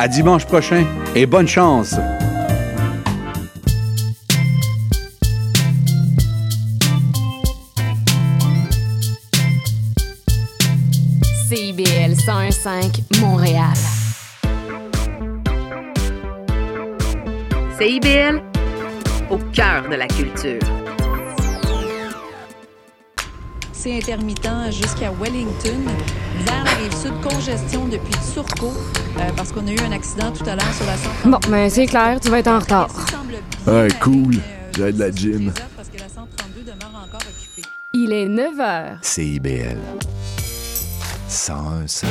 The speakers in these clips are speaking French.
À dimanche prochain et bonne chance! CIBL 101.5 Montréal. CIBL, au cœur de la culture. C'est intermittent jusqu'à Wellington. Vers la rive-sud, congestion depuis Turcot, parce qu'on a eu un accident tout à l'heure sur la 132. Bon, ben c'est clair, tu vas être en retard. Ouais, cool. J'ai de la gym. Parce que la 132 demeure encore occupée. Il est 9h. CIBL 101.5.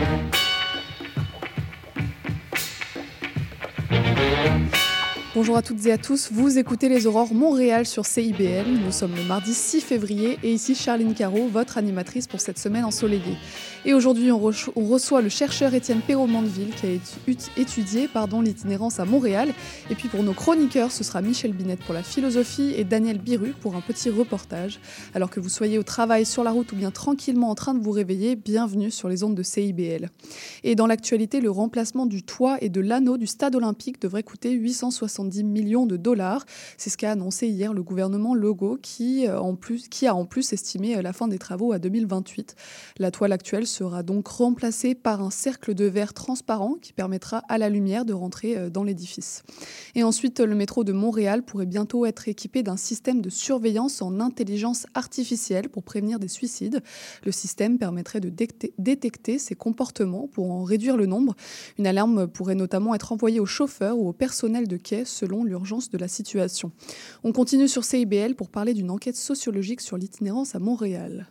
Bonjour à toutes et à tous, vous écoutez Les Aurores Montréal sur CIBL. Nous sommes le mardi 6 février et ici Charline Caro, votre animatrice pour cette semaine ensoleillée. Et aujourd'hui, on reçoit le chercheur Étienne Perrault-Mandeville qui a étudié l'itinérance à Montréal. Et puis pour nos chroniqueurs, ce sera Michel Binette pour la philosophie et Daniel Biru pour un petit reportage. Alors que vous soyez au travail, sur la route ou bien tranquillement en train de vous réveiller, bienvenue sur les ondes de CIBL. Et dans l'actualité, le remplacement du toit et de l'anneau du stade olympique devrait coûter 870 millions de dollars. C'est ce qu'a annoncé hier le gouvernement Legault qui a en plus estimé la fin des travaux à 2028. La toile actuelle sera donc remplacée par un cercle de verre transparent qui permettra à la lumière de rentrer dans l'édifice. Et ensuite, le métro de Montréal pourrait bientôt être équipé d'un système de surveillance en intelligence artificielle pour prévenir des suicides. Le système permettrait de détecter ces comportements pour en réduire le nombre. Une alarme pourrait notamment être envoyée aux chauffeurs ou au personnel de quai selon l'urgence de la situation. On continue sur CIBL pour parler d'une enquête sociologique sur l'itinérance à Montréal.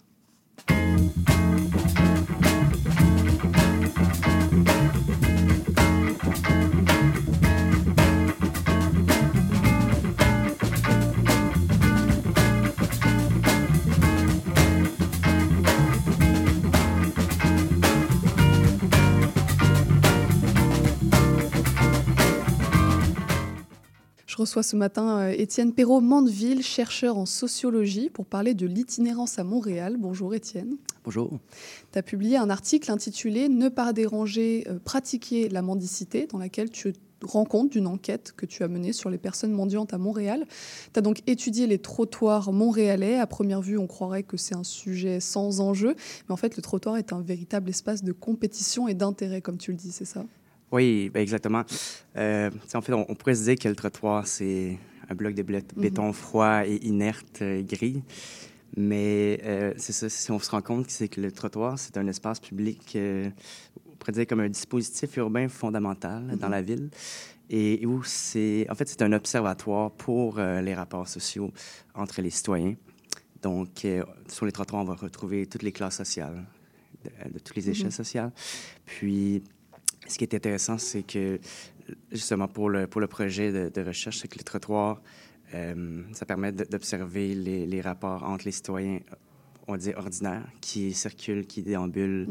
Je reçois ce matin Étienne Perrault-Mandeville, chercheur en sociologie, pour parler de l'itinérance à Montréal. Bonjour Étienne. Bonjour. Tu as publié un article intitulé « Ne pas déranger, pratiquer la mendicité » dans laquelle tu rends compte d'une enquête que tu as menée sur les personnes mendiantes à Montréal. Tu as donc étudié les trottoirs montréalais. À première vue, on croirait que c'est un sujet sans enjeu, mais en fait, le trottoir est un véritable espace de compétition et d'intérêt, comme tu le dis, c'est ça? Oui, ben exactement. En fait, on pourrait se dire que le trottoir, c'est un bloc de béton froid et inerte, gris. Mais c'est ça, si on se rend compte, c'est que le trottoir, c'est un espace public, on pourrait dire comme un dispositif urbain fondamental dans la ville. Et où c'est un observatoire pour les rapports sociaux entre les citoyens. Donc, sur les trottoirs, on va retrouver toutes les classes sociales, de toutes les échelles sociales. Puis, ce qui est intéressant, c'est que, justement, pour le projet de recherche, c'est que les trottoirs, ça permet d'observer les rapports entre les citoyens, on va dire, ordinaires, qui circulent, qui déambulent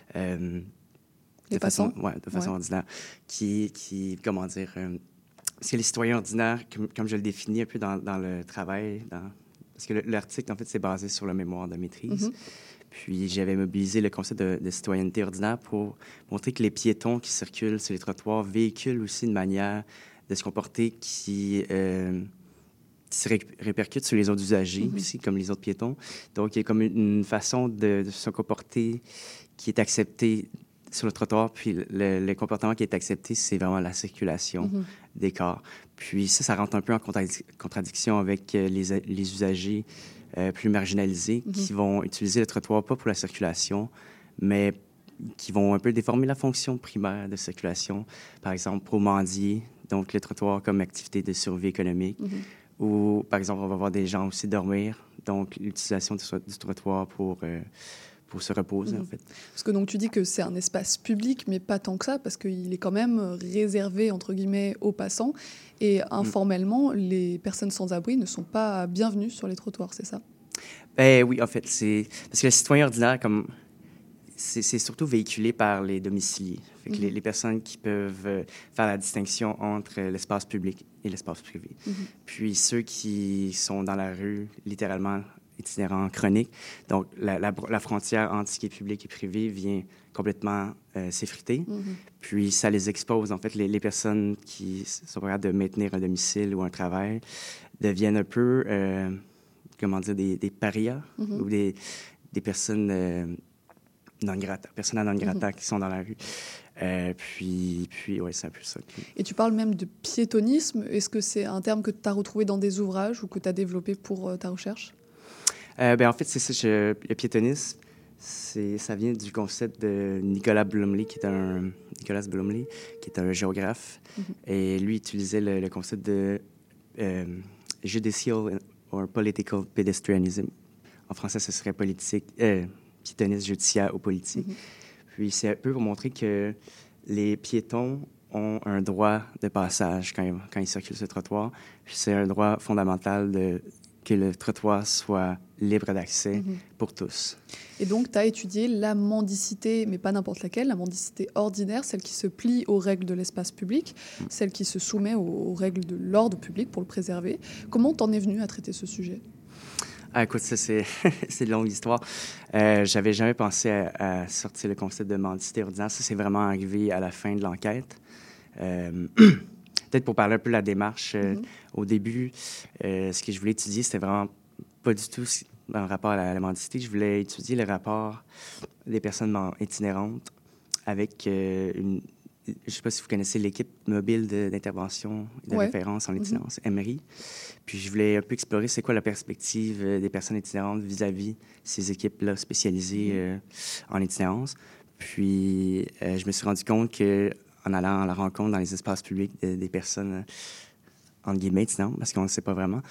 de façon ordinaire, comment dire... parce que les citoyens ordinaires, comme je le définis un peu dans le travail, parce que l'article, en fait, c'est basé sur le mémoire de maîtrise. Puis j'avais mobilisé le concept de citoyenneté ordinaire pour montrer que les piétons qui circulent sur les trottoirs véhiculent aussi une manière de se comporter qui se répercute sur les autres usagers aussi, comme les autres piétons. Donc, il y a comme une façon de se comporter qui est acceptée sur le trottoir. Puis le comportement qui est accepté, c'est vraiment la circulation des corps. Puis ça rentre un peu en contradiction avec les usagers plus marginalisés qui vont utiliser le trottoir pas pour la circulation, mais qui vont un peu déformer la fonction primaire de circulation. Par exemple, pour mendier, donc le trottoir comme activité de survie économique. Ou, par exemple, on va voir des gens aussi dormir, donc l'utilisation du trottoir pour se reposer, en fait. Parce que donc tu dis que c'est un espace public, mais pas tant que ça, parce qu'il est quand même réservé, entre guillemets, aux passants. Et informellement, les personnes sans abri ne sont pas bienvenues sur les trottoirs, c'est ça? Ben oui, en fait, c'est... Parce que le citoyen ordinaire, comme... C'est surtout véhiculé par les domiciliés. Fait que les personnes qui peuvent faire la distinction entre l'espace public et l'espace privé. Puis ceux qui sont dans la rue, littéralement, itinérants chroniques. Donc, la frontière entre ce qui est public et privé vient complètement s'effriter. Puis, ça les expose. En fait, les personnes qui sont capables de maintenir un domicile ou un travail deviennent un peu, comment dire, des parias ou des personnes non grata qui sont dans la rue. Puis ouais, c'est un peu ça. Et tu parles même de piétonisme. Est-ce que c'est un terme que tu as retrouvé dans des ouvrages ou que tu as développé pour ta recherche? En fait, c'est ça. Le piétonisme, ça vient du concept de Nicolas Blumley, qui est un géographe. Et lui utilisait le concept de judicial or political pedestrianism. En français, ce serait piétonisme judiciaire ou politique. Puis c'est un peu pour montrer que les piétons ont un droit de passage quand ils circulent sur le trottoir. Puis c'est un droit fondamental que le trottoir soit libre d'accès pour tous. Et donc, tu as étudié la mendicité, mais pas n'importe laquelle, la mendicité ordinaire, celle qui se plie aux règles de l'espace public, celle qui se soumet aux règles de l'ordre public pour le préserver. Comment t'en es venu à traiter ce sujet? Écoute, ça, c'est une longue histoire. J'avais jamais pensé à sortir le concept de mendicité ordinaire. Ça, c'est vraiment arrivé à la fin de l'enquête. Peut-être pour parler un peu de la démarche. Au début, ce que je voulais étudier, c'était vraiment pas du tout en rapport à la mendicité. Je voulais étudier le rapport des personnes itinérantes avec une... Je ne sais pas si vous connaissez l'équipe mobile d'intervention et de référence en itinérance, EMRI. Puis je voulais un peu explorer c'est quoi la perspective des personnes itinérantes vis-à-vis ces équipes-là spécialisées en itinérance. Puis je me suis rendu compte qu'en allant à la rencontre dans les espaces publics des personnes, entre guillemets, itinérantes, parce qu'on ne le sait pas vraiment,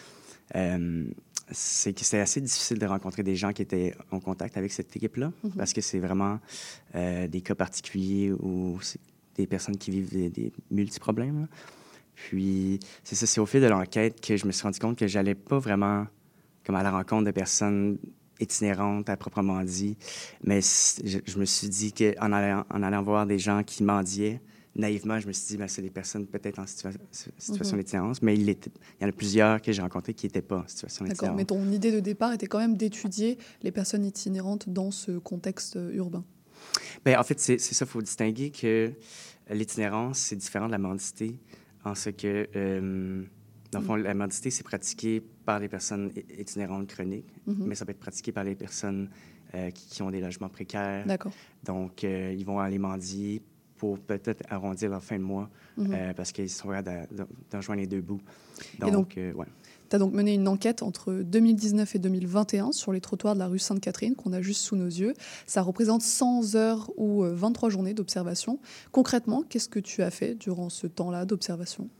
c'est que c'était assez difficile de rencontrer des gens qui étaient en contact avec cette équipe-là, parce que c'est vraiment des cas particuliers où c'est des personnes qui vivent des multi-problèmes. Là. Puis, c'est au fil de l'enquête que je me suis rendu compte que j'allais pas vraiment comme à la rencontre de personnes itinérantes à proprement dit, mais je me suis dit qu'en allant voir des gens qui mendiaient, naïvement, je me suis dit, c'est des personnes peut-être en situation d'itinérance, mais il y en a plusieurs que j'ai rencontrés qui n'étaient pas en situation d'itinérance. D'accord, mais ton idée de départ était quand même d'étudier les personnes itinérantes dans ce contexte urbain. En fait, c'est ça, il faut distinguer que l'itinérance, c'est différent de la mendicité, en ce que, dans le fond, la mendicité, c'est pratiqué par les personnes itinérantes chroniques, mais ça peut être pratiqué par les personnes qui ont des logements précaires. D'accord. Donc, ils vont aller mendier pour peut-être arrondir leur fin de mois, parce qu'ils sont capables de rejoindre les deux bouts. Donc, ouais. Tu as donc mené une enquête entre 2019 et 2021 sur les trottoirs de la rue Sainte-Catherine qu'on a juste sous nos yeux. Ça représente 100 heures ou 23 journées d'observation. Concrètement, qu'est-ce que tu as fait durant ce temps-là d'observation?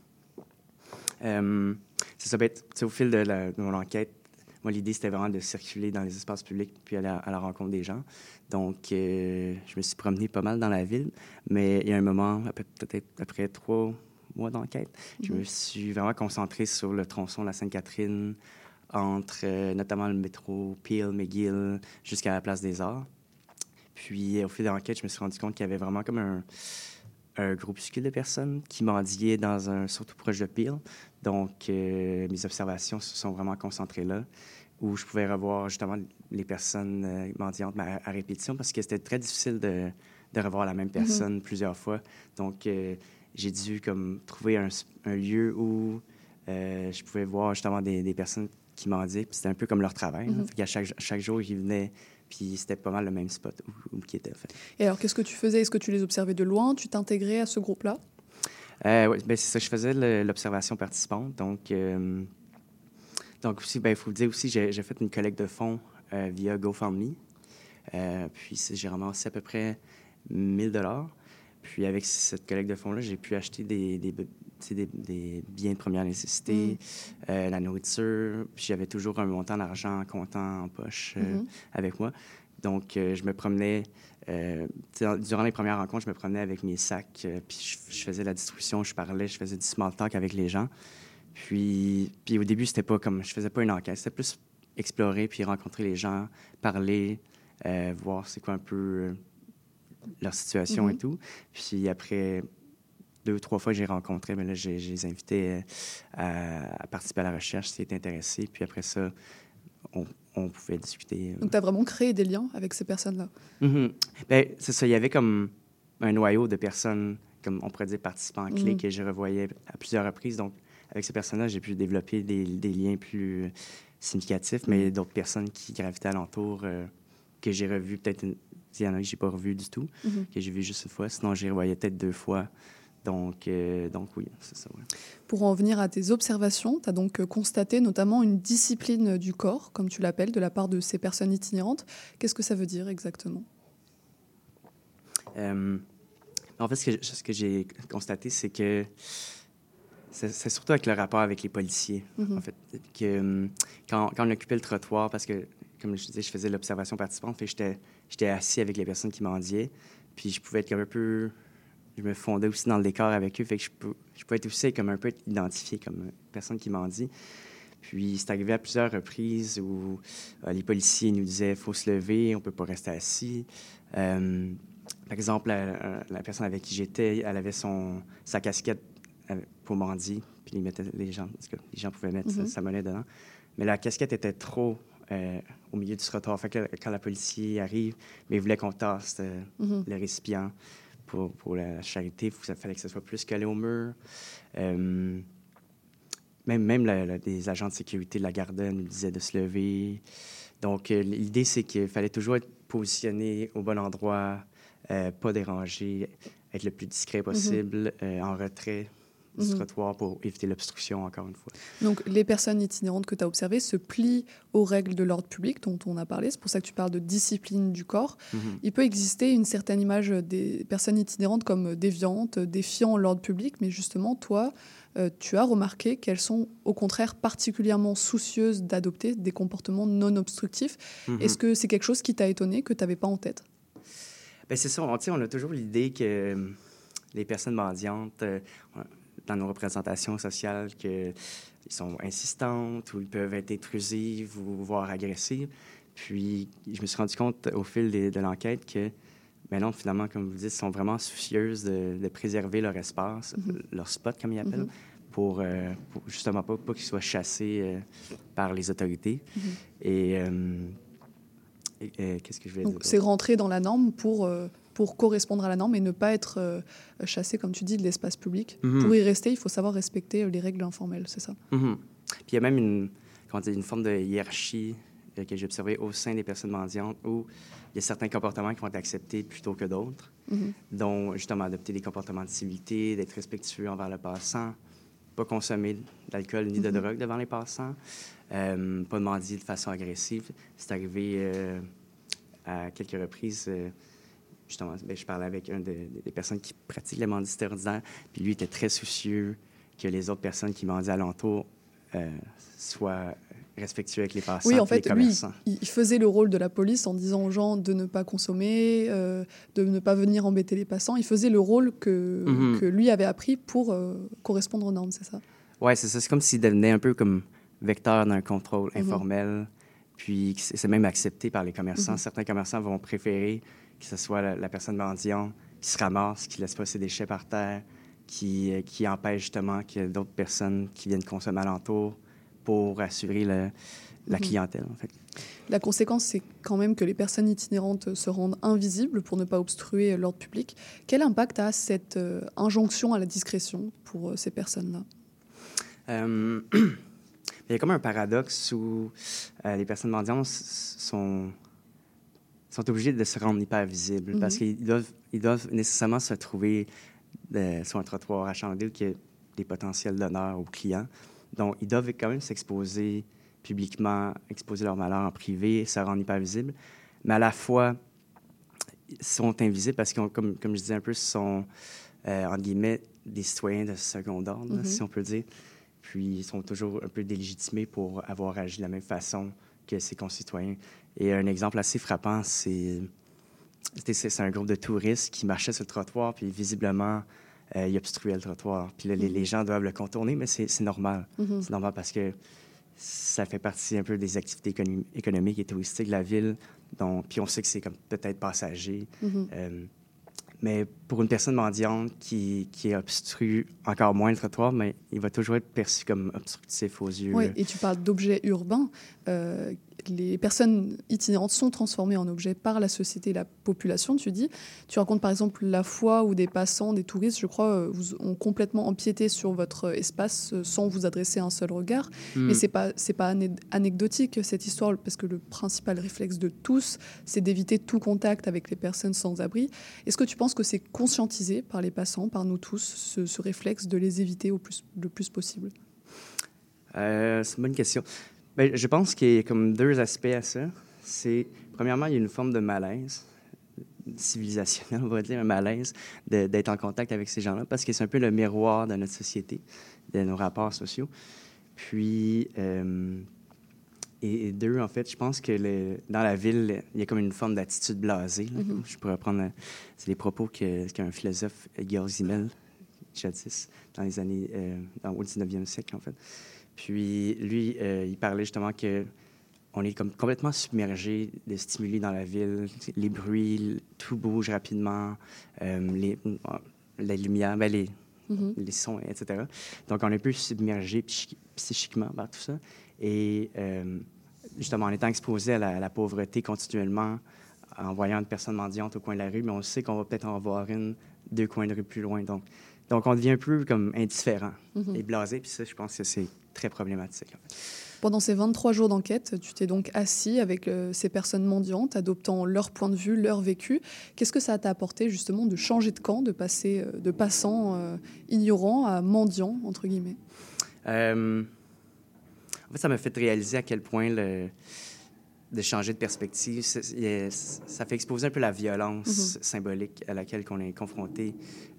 Ça va être au fil de mon enquête. Moi, l'idée, c'était vraiment de circuler dans les espaces publics puis aller à la rencontre des gens. Donc, je me suis promené pas mal dans la ville, mais il y a un moment, peut-être après 3 mois d'enquête, je me suis vraiment concentré sur le tronçon de la Sainte-Catherine, entre notamment le métro Peel, McGill, jusqu'à la Place des Arts. Puis, au fil de l'enquête, je me suis rendu compte qu'il y avait vraiment comme un groupuscule de personnes qui mendiaient surtout proche de Peel. Donc, mes observations se sont vraiment concentrées là, où je pouvais revoir justement les personnes mendiantes à répétition, parce que c'était très difficile de revoir la même personne plusieurs fois. Donc, j'ai dû comme trouver un lieu où je pouvais voir justement des personnes qui mendiaient. Puis c'était un peu comme leur travail. Fait qu'à chaque jour, ils venaient, puis c'était pas mal le même spot où ils étaient. En fait. Et alors, qu'est-ce que tu faisais? Est-ce que tu les observais de loin? Tu t'intégrais à ce groupe-là? Oui, c'est ça. Je faisais l'observation participante. Donc aussi, il faut dire aussi, j'ai fait une collecte de fonds via GoFundMe. Puis j'ai ramassé à peu près 1 000 $. Puis avec cette collecte de fonds-là, j'ai pu acheter des biens de première nécessité, la nourriture. Puis j'avais toujours un montant d'argent comptant en poche avec moi. Donc, je me promenais, durant les premières rencontres, je me promenais avec mes sacs, puis je faisais la distribution, je parlais, je faisais du small talk avec les gens. Puis au début, c'était pas comme, je faisais pas une enquête, c'était plus explorer, puis rencontrer les gens, parler, voir c'est quoi un peu leur situation et tout. Puis après 2-3 fois que j'ai rencontré, mais là, je les invitais à participer à la recherche s'ils étaient intéressés. Puis après ça, on pouvait discuter. Donc, tu as vraiment créé des liens avec ces personnes-là. Mm-hmm. Ben, c'est ça, il y avait comme un noyau de personnes, comme on pourrait dire participants clés, que je revoyais à plusieurs reprises. Donc, avec ces personnes-là, j'ai pu développer des liens plus significatifs, mais d'autres personnes qui gravitaient alentour, que j'ai revues, peut-être, il y en a que j'ai pas revues du tout, que j'ai vu juste une fois. Sinon, j'ai revoyé peut-être 2 fois. Donc oui, c'est ça. Ouais. Pour en venir à tes observations, tu as donc constaté notamment une discipline du corps, comme tu l'appelles, de la part de ces personnes itinérantes. Qu'est-ce que ça veut dire exactement? En fait, ce que j'ai constaté, c'est que c'est surtout avec le rapport avec les policiers, en fait, que quand on occupait le trottoir, parce que, comme je disais, je faisais l'observation participante, fait que j'étais assis avec les personnes qui mendiaient, puis je pouvais être comme un peu... Je me fondais aussi dans le décor avec eux, fait que je pouvais être aussi comme un peu identifié comme personne qui mendie. Puis c'est arrivé à plusieurs reprises où les policiers nous disaient « faut se lever, on peut pas rester assis ». Par exemple, la personne avec qui j'étais, elle avait sa casquette pour mendier, puis les gens pouvaient mettre sa monnaie dedans. Mais la casquette était trop au milieu du trottoir. Fait que quand la policier arrive, mais il voulait qu'on tasse le récipient pour la charité. Il fallait que ce soit plus collé au mur. Même des agents de sécurité de la Garda nous disaient de se lever. Donc, l'idée, c'est qu'il fallait toujours être positionné au bon endroit, pas déranger, être le plus discret possible, en retrait du trottoir pour éviter l'obstruction, encore une fois. Donc, les personnes itinérantes que tu as observées se plient aux règles de l'ordre public dont on a parlé. C'est pour ça que tu parles de discipline du corps. Il peut exister une certaine image des personnes itinérantes comme déviantes, défiant l'ordre public, mais justement, toi, tu as remarqué qu'elles sont au contraire particulièrement soucieuses d'adopter des comportements non obstructifs. Est-ce que c'est quelque chose qui t'a étonné, que tu n'avais pas en tête? Bien, c'est ça. On a toujours l'idée que les personnes mendiantes, dans nos représentations sociales, qu'ils sont insistantes ou ils peuvent être intrusives ou voire agressives. Puis, je me suis rendu compte au fil de l'enquête que, ben non, finalement, comme vous dites, ils sont vraiment soucieuses de préserver leur espace, leur spot, comme ils appellent, pour justement pas qu'ils soient chassés par les autorités. Et qu'est-ce que je vais dire? C'est rentrer dans la norme pour correspondre à la norme et ne pas être chassé, comme tu dis, de l'espace public. Pour y rester, il faut savoir respecter les règles informelles, c'est ça? Puis il y a même une forme de hiérarchie que j'ai observée au sein des personnes mendiantes où il y a certains comportements qui vont être acceptés plutôt que d'autres, dont justement adopter des comportements de civilité, d'être respectueux envers le passant, pas consommer d'alcool ni de drogue devant les passants, pas mendier de façon agressive. C'est arrivé à quelques reprises... Justement, je parlais avec une des personnes qui pratiquent le mendicité ordinaire, puis lui était très soucieux que les autres personnes qui mendient alentour soient respectueux avec les passants. Oui, en fait, les commerçants. Lui, il faisait le rôle de la police en disant aux gens de ne pas consommer, de ne pas venir embêter les passants. Il faisait le rôle que lui avait appris pour correspondre aux normes, c'est ça? Oui, c'est ça. C'est comme s'il devenait un peu comme vecteur d'un contrôle informel, puis c'est même accepté par les commerçants. Certains commerçants vont préférer que ce soit la personne mendiante qui se ramasse, qui ne laisse pas ses déchets par terre, qui empêche justement qu'il y ait d'autres personnes qui viennent consommer alentour pour assurer la clientèle, en fait. La conséquence, c'est quand même que les personnes itinérantes se rendent invisibles pour ne pas obstruer l'ordre public. Quel impact a cette injonction à la discrétion pour ces personnes-là? Il y a comme un paradoxe où les personnes mendiantes sont obligés de se rendre hyper visibles parce qu'ils doivent nécessairement se trouver sur un trottoir achalandé où il y a des potentiels donneurs aux clients. Donc, ils doivent quand même s'exposer publiquement, exposer leur malheur en privé, se rendre hyper visibles. Mais à la fois, ils sont invisibles parce qu'ils, comme je disais un peu, sont, entre guillemets, des citoyens de second ordre, si on peut dire. Puis, ils sont toujours un peu délégitimés pour avoir agi de la même façon que ses concitoyens. Et un exemple assez frappant, c'est un groupe de touristes qui marchaient sur le trottoir, puis visiblement, ils obstruaient le trottoir. Puis là, les gens doivent le contourner, mais c'est normal. C'est normal parce que ça fait partie un peu des activités économiques et touristiques de la ville. Donc, puis on sait que c'est comme peut-être passager. Mais pour une personne mendiante qui obstrue encore moins le trottoir, mais il va toujours être perçu comme obstructif aux yeux. Oui, et tu parles d'objets urbains. les personnes itinérantes sont transformées en objets par la société et la population, tu dis. Tu racontes par exemple la fois où des passants, des touristes, je crois, ont complètement empiété sur votre espace sans vous adresser un seul regard. Mais c'est pas anecdotique cette histoire, parce que le principal réflexe de tous, c'est d'éviter tout contact avec les personnes sans abri. Est-ce que tu penses que c'est conscientisé par les passants, par nous tous, ce réflexe de les éviter le plus possible? C'est une bonne question. Ben, je pense qu'il y a comme deux aspects à ça. Premièrement, il y a une forme de malaise civilisationnel, on va dire, un malaise d'être en contact avec ces gens-là, parce que c'est un peu le miroir de notre société, de nos rapports sociaux. Puis, et deux, en fait, je pense que dans la ville, il y a comme une forme d'attitude blasée. Je pourrais prendre... C'est les propos qu'un philosophe, Georg Simmel, jadis, dans les années... au 19e siècle, en fait. Puis, lui, il parlait justement qu'on est comme complètement submergé de stimuli dans la ville. Les bruits, tout bouge rapidement, la lumière, les sons, etc. Donc, on est un peu submergé psychiquement par tout ça. Et justement, en étant exposé à la pauvreté continuellement, en voyant une personne mendiante au coin de la rue, mais on sait qu'on va peut-être en voir deux coins de rue plus loin. Donc on devient un peu comme indifférent et blasé. Puis ça, je pense que c'est très problématique. Pendant ces 23 jours d'enquête, tu t'es donc assis avec ces personnes mendiantes, adoptant leur point de vue, leur vécu. Qu'est-ce que ça t'a apporté, justement, de changer de camp, de passer de passants ignorants à mendiants, entre guillemets? En fait, ça m'a fait réaliser à quel point de changer de perspective, ça fait exposer un peu la violence symbolique à laquelle on est confronté.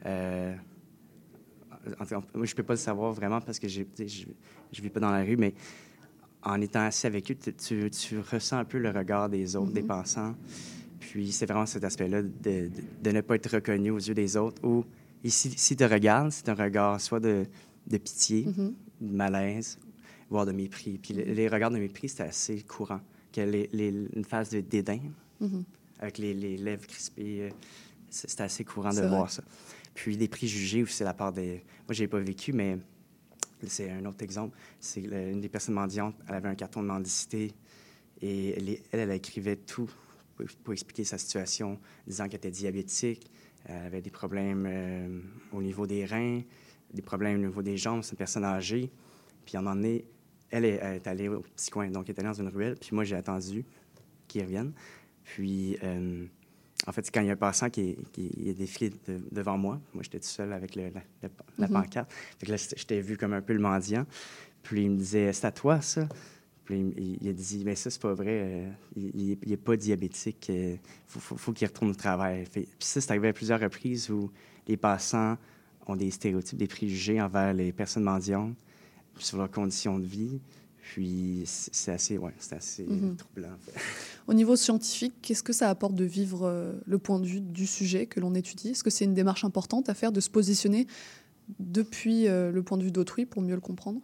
Moi, je peux pas le savoir vraiment parce que je vis pas dans la rue, mais en étant assis avec eux, tu ressens un peu le regard des autres, des passants. Puis c'est vraiment cet aspect-là de ne pas être reconnu aux yeux des autres. Ou si te regardent, c'est un regard soit de pitié, de malaise, voire de mépris. Puis les regards de mépris, c'était assez courant. Une phase de dédain, avec les lèvres crispées, c'était assez courant de voir ça. Puis des préjugés aussi de la part des... Moi, je n'ai pas vécu, mais c'est un autre exemple. C'est une des personnes mendiantes, elle avait un carton de mendicité et elle écrivait tout pour expliquer sa situation, disant qu'elle était diabétique, elle avait des problèmes au niveau des reins, des problèmes au niveau des jambes, c'est une personne âgée. Puis à un moment donné, elle est allée au petit coin, donc elle est allée dans une ruelle, puis moi, j'ai attendu qu'ils reviennent. Puis... en fait, c'est quand il y a un passant qui est défilé devant moi. Moi, j'étais tout seul avec la pancarte. Fait que là, je t'ai vu comme un peu le mendiant. Puis il me disait, c'est à toi, ça? Puis il a dit, mais ça, c'est pas vrai. Il n'est pas diabétique. Il faut qu'il retourne au travail. Puis ça, c'est arrivé à plusieurs reprises où les passants ont des stéréotypes, des préjugés envers les personnes mendiantes sur leurs conditions de vie. Puis c'est assez troublant. En fait. Au niveau scientifique, qu'est-ce que ça apporte de vivre le point de vue du sujet que l'on étudie? Est-ce que c'est une démarche importante à faire, de se positionner depuis le point de vue d'autrui pour mieux le comprendre?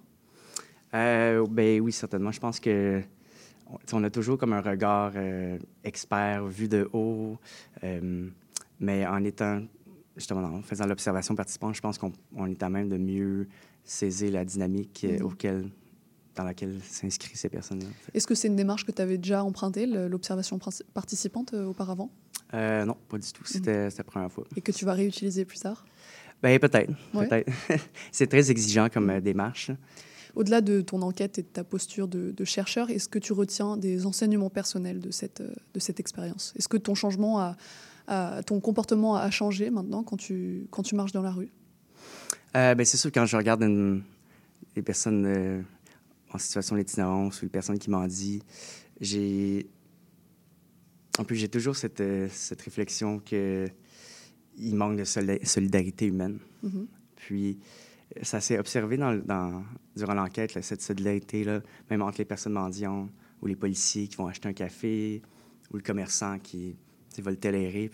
Ben oui, certainement. Je pense que on a toujours comme un regard expert, vu de haut, mais en étant, justement, en faisant l'observation participante, je pense qu'on est à même de mieux saisir la dynamique dans laquelle s'inscrivent ces personnes-là. En fait. Est-ce que c'est une démarche que tu avais déjà empruntée, l'observation participante, auparavant? Non, pas du tout. C'était la première fois. Et que tu vas réutiliser plus tard? Bien, peut-être. C'est très exigeant comme démarche. Au-delà de ton enquête et de ta posture de chercheur, est-ce que tu retiens des enseignements personnels de cette expérience? Est-ce que ton ton comportement a changé maintenant quand tu marches dans la rue? Ben, c'est sûr, quand je regarde les personnes... en situation d'itinérance ou les personnes qui mendient, j'ai toujours cette réflexion qu'il manque de solidarité humaine. Puis, ça s'est observé durant l'enquête, cette solidarité-là, même entre les personnes mendiantes ou les policiers qui vont acheter un café ou le commerçant qui va le tolérer.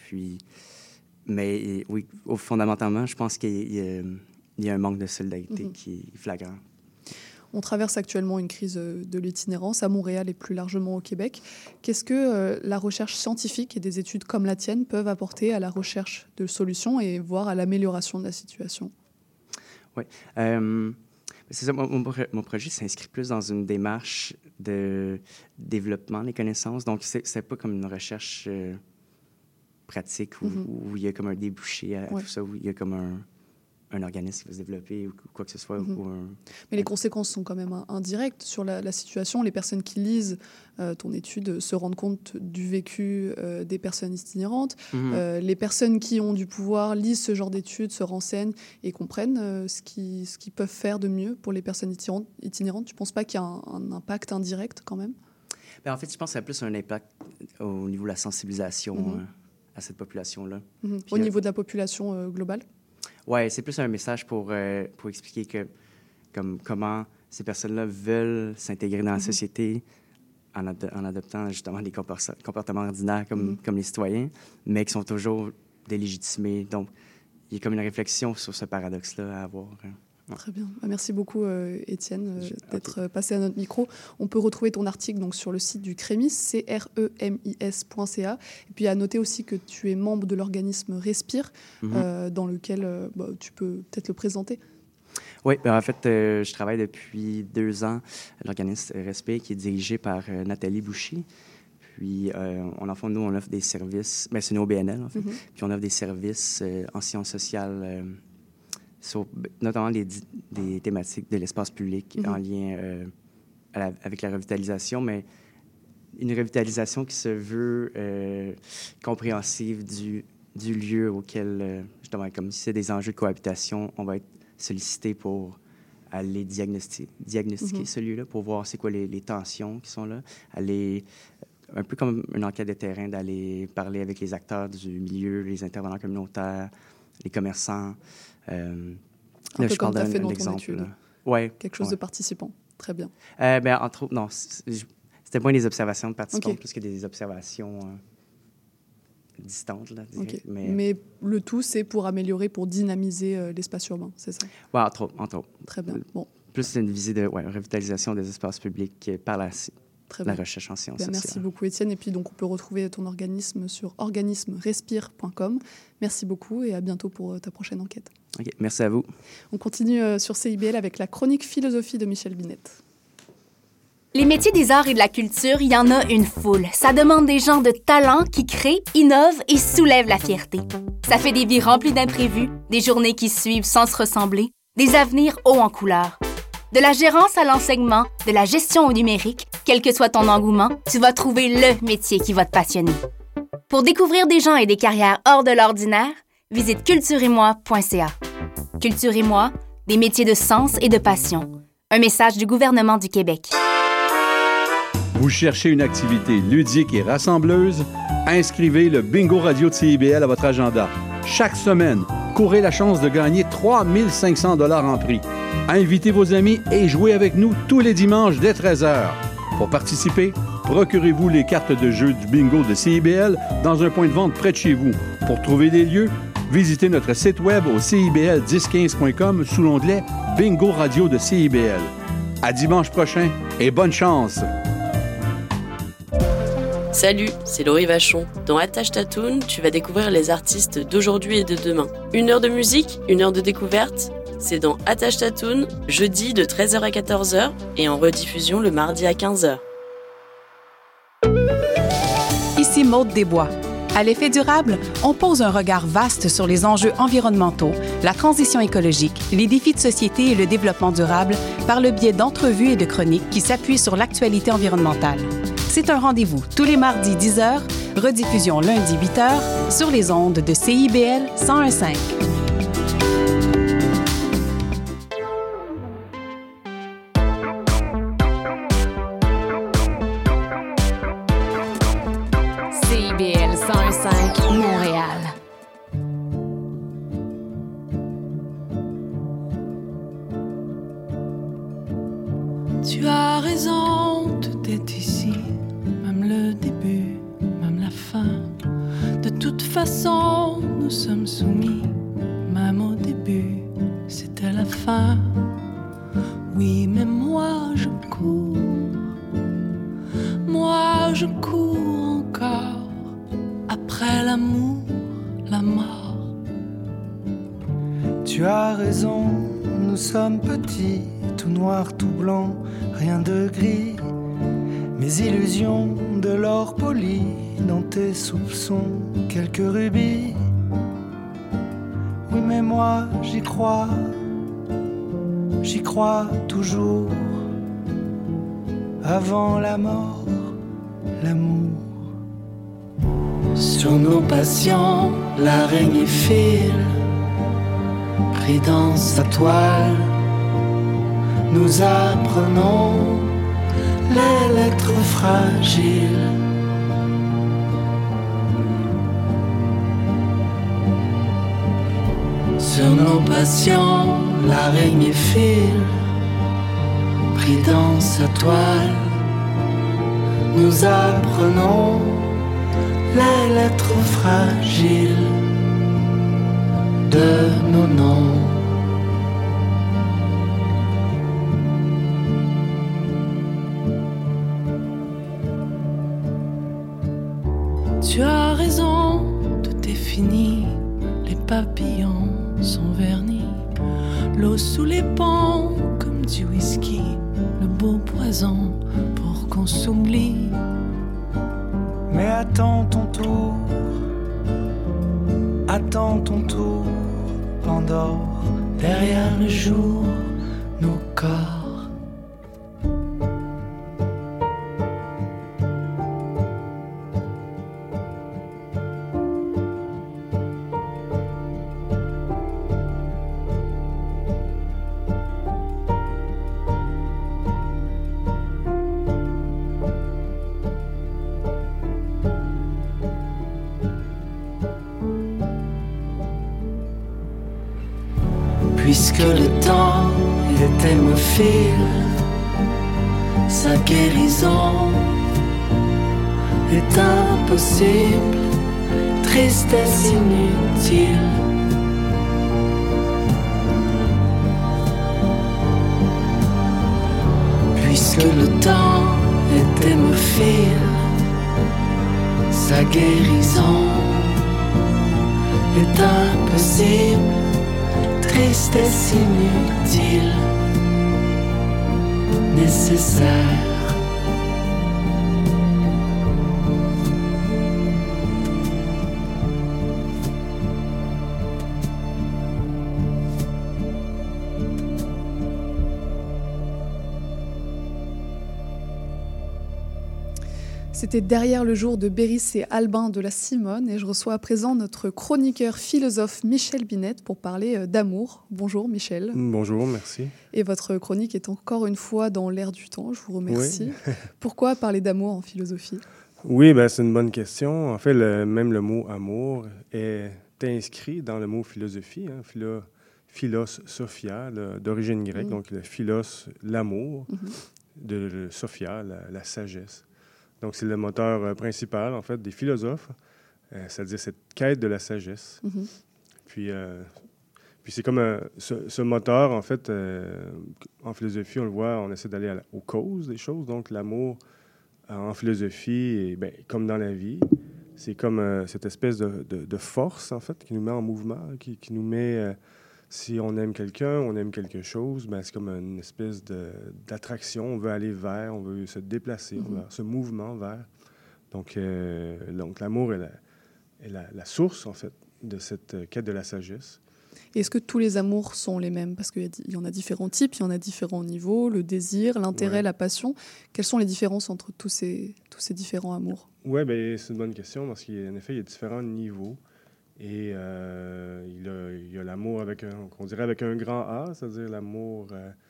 Mais oui, fondamentalement, je pense qu'il y a un manque de solidarité qui est flagrant. On traverse actuellement une crise de l'itinérance à Montréal et plus largement au Québec. Qu'est-ce que la recherche scientifique et des études comme la tienne peuvent apporter à la recherche de solutions et voire à l'amélioration de la situation? Oui. C'est ça, mon projet s'inscrit plus dans une démarche de développement des connaissances. Donc, c'est pas comme une recherche pratique où il y a comme un débouché à tout ça, où il y a comme un organisme qui va se développer ou quoi que ce soit. Mais les conséquences sont quand même indirectes sur la situation. Les personnes qui lisent ton étude se rendent compte du vécu des personnes itinérantes. Les personnes qui ont du pouvoir lisent ce genre d'études, se renseignent et comprennent ce qu'ils peuvent faire de mieux pour les personnes itinérantes. Tu ne penses pas qu'il y a un impact indirect quand même? En fait, je pense que ça a plus un impact au niveau de la sensibilisation à cette population-là. Au niveau de la population globale? Oui, c'est plus un message pour expliquer que comment ces personnes-là veulent s'intégrer dans la société en adoptant justement des comportements ordinaires comme les citoyens, mais qui sont toujours délégitimés. Donc, il y a comme une réflexion sur ce paradoxe-là à avoir. Très bien. Merci beaucoup, Étienne, d'être passé à notre micro. On peut retrouver ton article donc, sur le site du CREMIS, cremis.ca. Et puis, à noter aussi que tu es membre de l'organisme Respire, dans lequel tu peux peut-être le présenter. Oui, en fait, je travaille depuis 2 ans à l'organisme Respire, qui est dirigé par Nathalie Boucher. Puis, on offre des services, c'est une OBNL, en fait. Puis, on offre des services en sciences sociales, sur notamment des thématiques de l'espace public en lien avec la revitalisation, mais une revitalisation qui se veut compréhensive du lieu auquel, justement, comme si c'est des enjeux de cohabitation, on va être sollicité pour aller diagnostiquer ce lieu-là, pour voir c'est quoi les tensions qui sont là, aller, un peu comme une enquête de terrain, d'aller parler avec les acteurs du milieu, les intervenants communautaires, les commerçants. Un peu comme tu as fait dans ton étude. Ouais, quelque chose de participant. Très bien. Entre autres, non. C'était moins des observations de participants plus que des observations distantes. Là, mais le tout, c'est pour améliorer, pour dynamiser l'espace urbain, c'est ça? Oui, entre autres. Très bien. Bon. Plus c'est une visée de revitalisation des espaces publics par la recherche en sciences sociales. Merci beaucoup, Étienne. Et puis, donc, on peut retrouver ton organisme sur organismerespire.com. Merci beaucoup et à bientôt pour ta prochaine enquête. OK, merci à vous. On continue sur CIBL avec la chronique philosophie de Michel Binette. Les métiers des arts et de la culture, il y en a une foule. Ça demande des gens de talent qui créent, innovent et soulèvent la fierté. Ça fait des vies remplies d'imprévus, des journées qui suivent sans se ressembler, des avenirs hauts en couleurs. De la gérance à l'enseignement, de la gestion au numérique, quel que soit ton engouement, tu vas trouver le métier qui va te passionner. Pour découvrir des gens et des carrières hors de l'ordinaire, visite cultureetmoi.ca. Culture et moi, des métiers de sens et de passion. Un message du gouvernement du Québec. Vous cherchez une activité ludique et rassembleuse? Inscrivez le Bingo Radio de CIBL à votre agenda. Chaque semaine, courez la chance de gagner 3 500 $ en prix. Invitez vos amis et jouez avec nous tous les dimanches dès 13h. Pour participer, procurez-vous les cartes de jeu du bingo de CIBL dans un point de vente près de chez vous. Pour trouver des lieux, visitez notre site web au cibl1015.com sous l'onglet Bingo Radio de CIBL. À dimanche prochain et bonne chance! Salut, c'est Laurie Vachon. Dans Attache ta Toune, tu vas découvrir les artistes d'aujourd'hui et de demain. 1 heure de musique, 1 heure de découverte. C'est dans Attache ta Toune, jeudi de 13h à 14h et en rediffusion le mardi à 15h. Ici Maude Desbois. À l'effet durable, on pose un regard vaste sur les enjeux environnementaux, la transition écologique, les défis de société et le développement durable par le biais d'entrevues et de chroniques qui s'appuient sur l'actualité environnementale. C'est un rendez-vous tous les mardis 10h, rediffusion lundi 8h sur les ondes de CIBL 101.5. CIBL 101.5 Montréal. Tu as raison, tout est ici, même le début, même la fin. De toute façon, nous sommes soumis, même au début, c'était la fin. Oui, mais moi je cours encore, après l'amour, la mort. Tu as raison, nous sommes petits, tout noir, tout blanc, rien de gris. Mes illusions de l'or poli, dans tes soupçons, quelques rubis. Oui, mais moi, j'y crois toujours. Avant la mort, l'amour. Sur nos patients, l'araignée file, pris dans sa toile. Nous apprenons les lettres fragiles. Sur nos patients, l'araignée file, pris dans sa toile. Nous apprenons les lettres fragiles de nos noms. Tu as raison, tout est fini, les papillons sont vernis, l'eau sous les ponts comme du whisky, le beau poison pour qu'on s'oublie. Mais attends ton tour, Pandore, derrière le jour, nos corps. Puisque le temps est hémophile, sa guérison est impossible, tristesse inutile. Puisque le temps est hémophile, sa guérison est impossible, tristesse inutile, nécessaire. C'était Derrière le jour de Béris et Albin de la Simone et je reçois à présent notre chroniqueur philosophe Michel Binette pour parler d'amour. Bonjour Michel. Bonjour, merci. Et votre chronique est encore une fois dans l'air du temps, je vous remercie. Oui. Pourquoi parler d'amour en philosophie? Oui, c'est une bonne question. En fait, même le mot amour est inscrit dans le mot philosophie, philos sophia, d'origine grecque, donc le philos, l'amour, de sophia, la sagesse. Donc, c'est le moteur principal, en fait, des philosophes, c'est-à-dire cette quête de la sagesse. Puis c'est comme ce moteur, en fait, en philosophie, on le voit, on essaie d'aller aux causes des choses. Donc, l'amour, en philosophie, comme dans la vie, c'est comme cette espèce de force, en fait, qui nous met en mouvement, qui nous met... si on aime quelqu'un, on aime quelque chose, c'est comme une espèce d'attraction. On veut aller vers, on veut se déplacer, on veut ce mouvement vers. Donc l'amour est la source, en fait, de cette quête de la sagesse. Est-ce que tous les amours sont les mêmes? Parce qu'il y en a différents types, il y en a différents niveaux, le désir, l'intérêt, la passion. Quelles sont les différences entre tous ces différents amours? Oui, c'est une bonne question, parce qu'en effet, il y a différents niveaux. Et il y a l'amour qu'on dirait avec un grand A, c'est-à-dire l'amour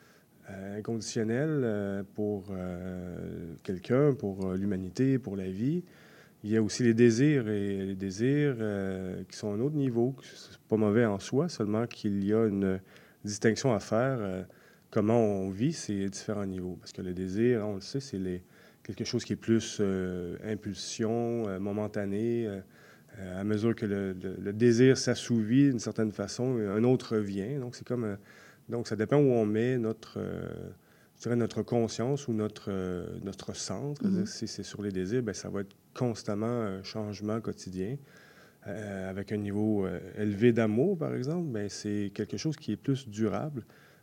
inconditionnel pour quelqu'un, pour l'humanité, pour la vie. Il y a aussi les désirs, et les désirs qui sont à un autre niveau. C'est pas mauvais en soi, seulement qu'il y a une distinction à faire. Comment on vit ces différents niveaux. Parce que le désir, on le sait, c'est quelque chose qui est plus impulsion, momentanée. À mesure que le désir s'assouvit d'une certaine façon, un autre vient. Donc, c'est comme... donc, ça dépend où on met notre conscience ou notre centre. Si c'est sur les désirs, ça va être constamment un changement quotidien. Avec un niveau élevé d'amour, par exemple, c'est quelque chose qui est plus durable.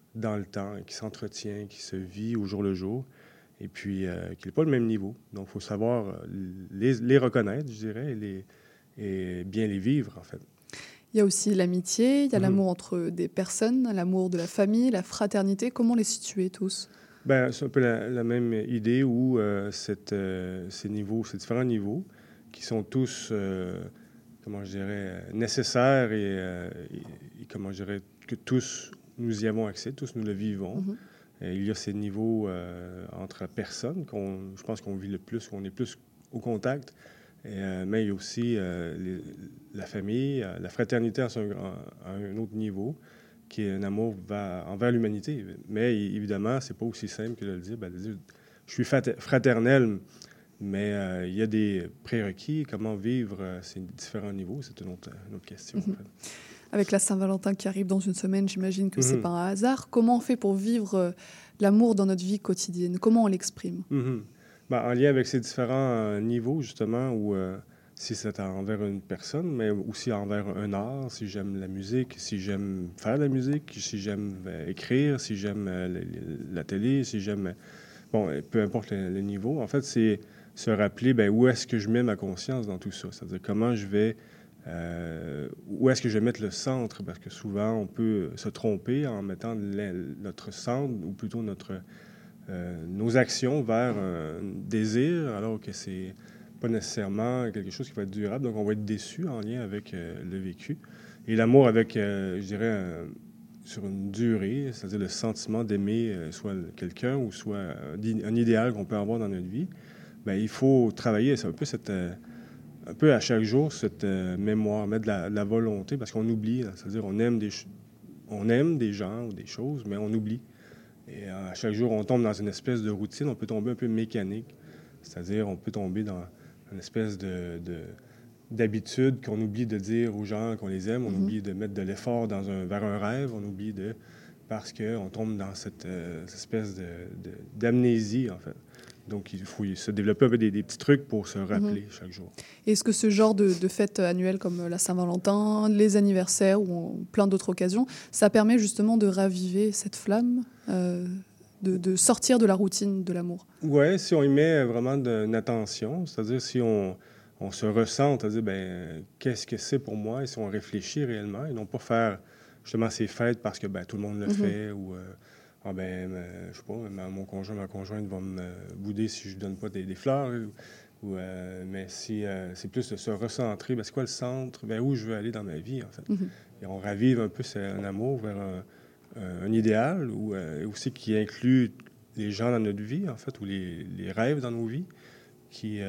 dans le temps, qui s'entretient, qui se vit au jour le jour, et puis qui n'est pas le même niveau. Donc, il faut savoir les reconnaître, je dirais, et bien les vivre, en fait. Il y a aussi l'amitié, il y a l'amour entre des personnes, l'amour de la famille, la fraternité. Comment les situer tous? Bien, c'est un peu la même idée où ces différents niveaux, qui sont tous, comment je dirais, nécessaires et comment je dirais, que tous nous y avons accès, tous nous le vivons. Il y a ces niveaux entre personnes je pense qu'on vit le plus, qu'on est plus au contact. Mais il y a aussi la famille, la fraternité à un autre niveau, qui est un amour envers l'humanité. Mais évidemment, c'est pas aussi simple que de le dire. Je suis fraternel, mais il y a des prérequis. Comment vivre ces différents niveaux, c'est une autre question. En fait. Avec la Saint-Valentin qui arrive dans une semaine, j'imagine que c'est pas un hasard. Comment on fait pour vivre l'amour dans notre vie quotidienne? Comment on l'exprime? En lien avec ces différents niveaux, justement, où si c'est envers une personne, mais aussi envers un art, si j'aime la musique, si j'aime faire de la musique, si j'aime écrire, si j'aime la télé, si j'aime... peu importe le niveau. En fait, c'est se rappeler où est-ce que je mets ma conscience dans tout ça. C'est-à-dire comment je vais... où est-ce que je vais mettre le centre? Parce que souvent, on peut se tromper en mettant notre centre, ou plutôt nos actions vers un désir, alors que c'est pas nécessairement quelque chose qui va être durable. Donc, on va être déçu en lien avec le vécu. Et l'amour avec, je dirais, sur une durée, c'est-à-dire le sentiment d'aimer soit quelqu'un ou soit un idéal qu'on peut avoir dans notre vie, il faut travailler. C'est un peu un peu à chaque jour, cette mémoire, mettre de la volonté, parce qu'on oublie. C'est-à-dire on aime des gens ou des choses, mais on oublie. Et à chaque jour, on tombe dans une espèce de routine. On peut tomber un peu mécanique. C'est-à-dire, on peut tomber dans une espèce d'habitude qu'on oublie de dire aux gens qu'on les aime. On oublie de mettre de l'effort vers un rêve. On oublie parce qu'on tombe dans cette espèce d'amnésie, en fait. Donc, il faut se développer un peu des petits trucs pour se rappeler chaque jour. Est-ce que ce genre de fêtes annuelles comme la Saint-Valentin, les anniversaires ou plein d'autres occasions, ça permet justement de raviver cette flamme, de sortir de la routine de l'amour? Oui, si on y met vraiment une attention, c'est-à-dire si on se ressent, c'est-à-dire, qu'est-ce que c'est pour moi, et si on réfléchit réellement, et non pas faire justement ces fêtes parce que tout le monde le fait, ou... je sais pas, mon conjoint, ma conjointe va me bouder si je ne donne pas des fleurs. Mais si c'est plus de se recentrer, c'est quoi le centre? Où je veux aller dans ma vie, en fait. Et on ravive un peu un amour vers un idéal, ou aussi qui inclut les gens dans notre vie, en fait, ou les rêves dans nos vies, qui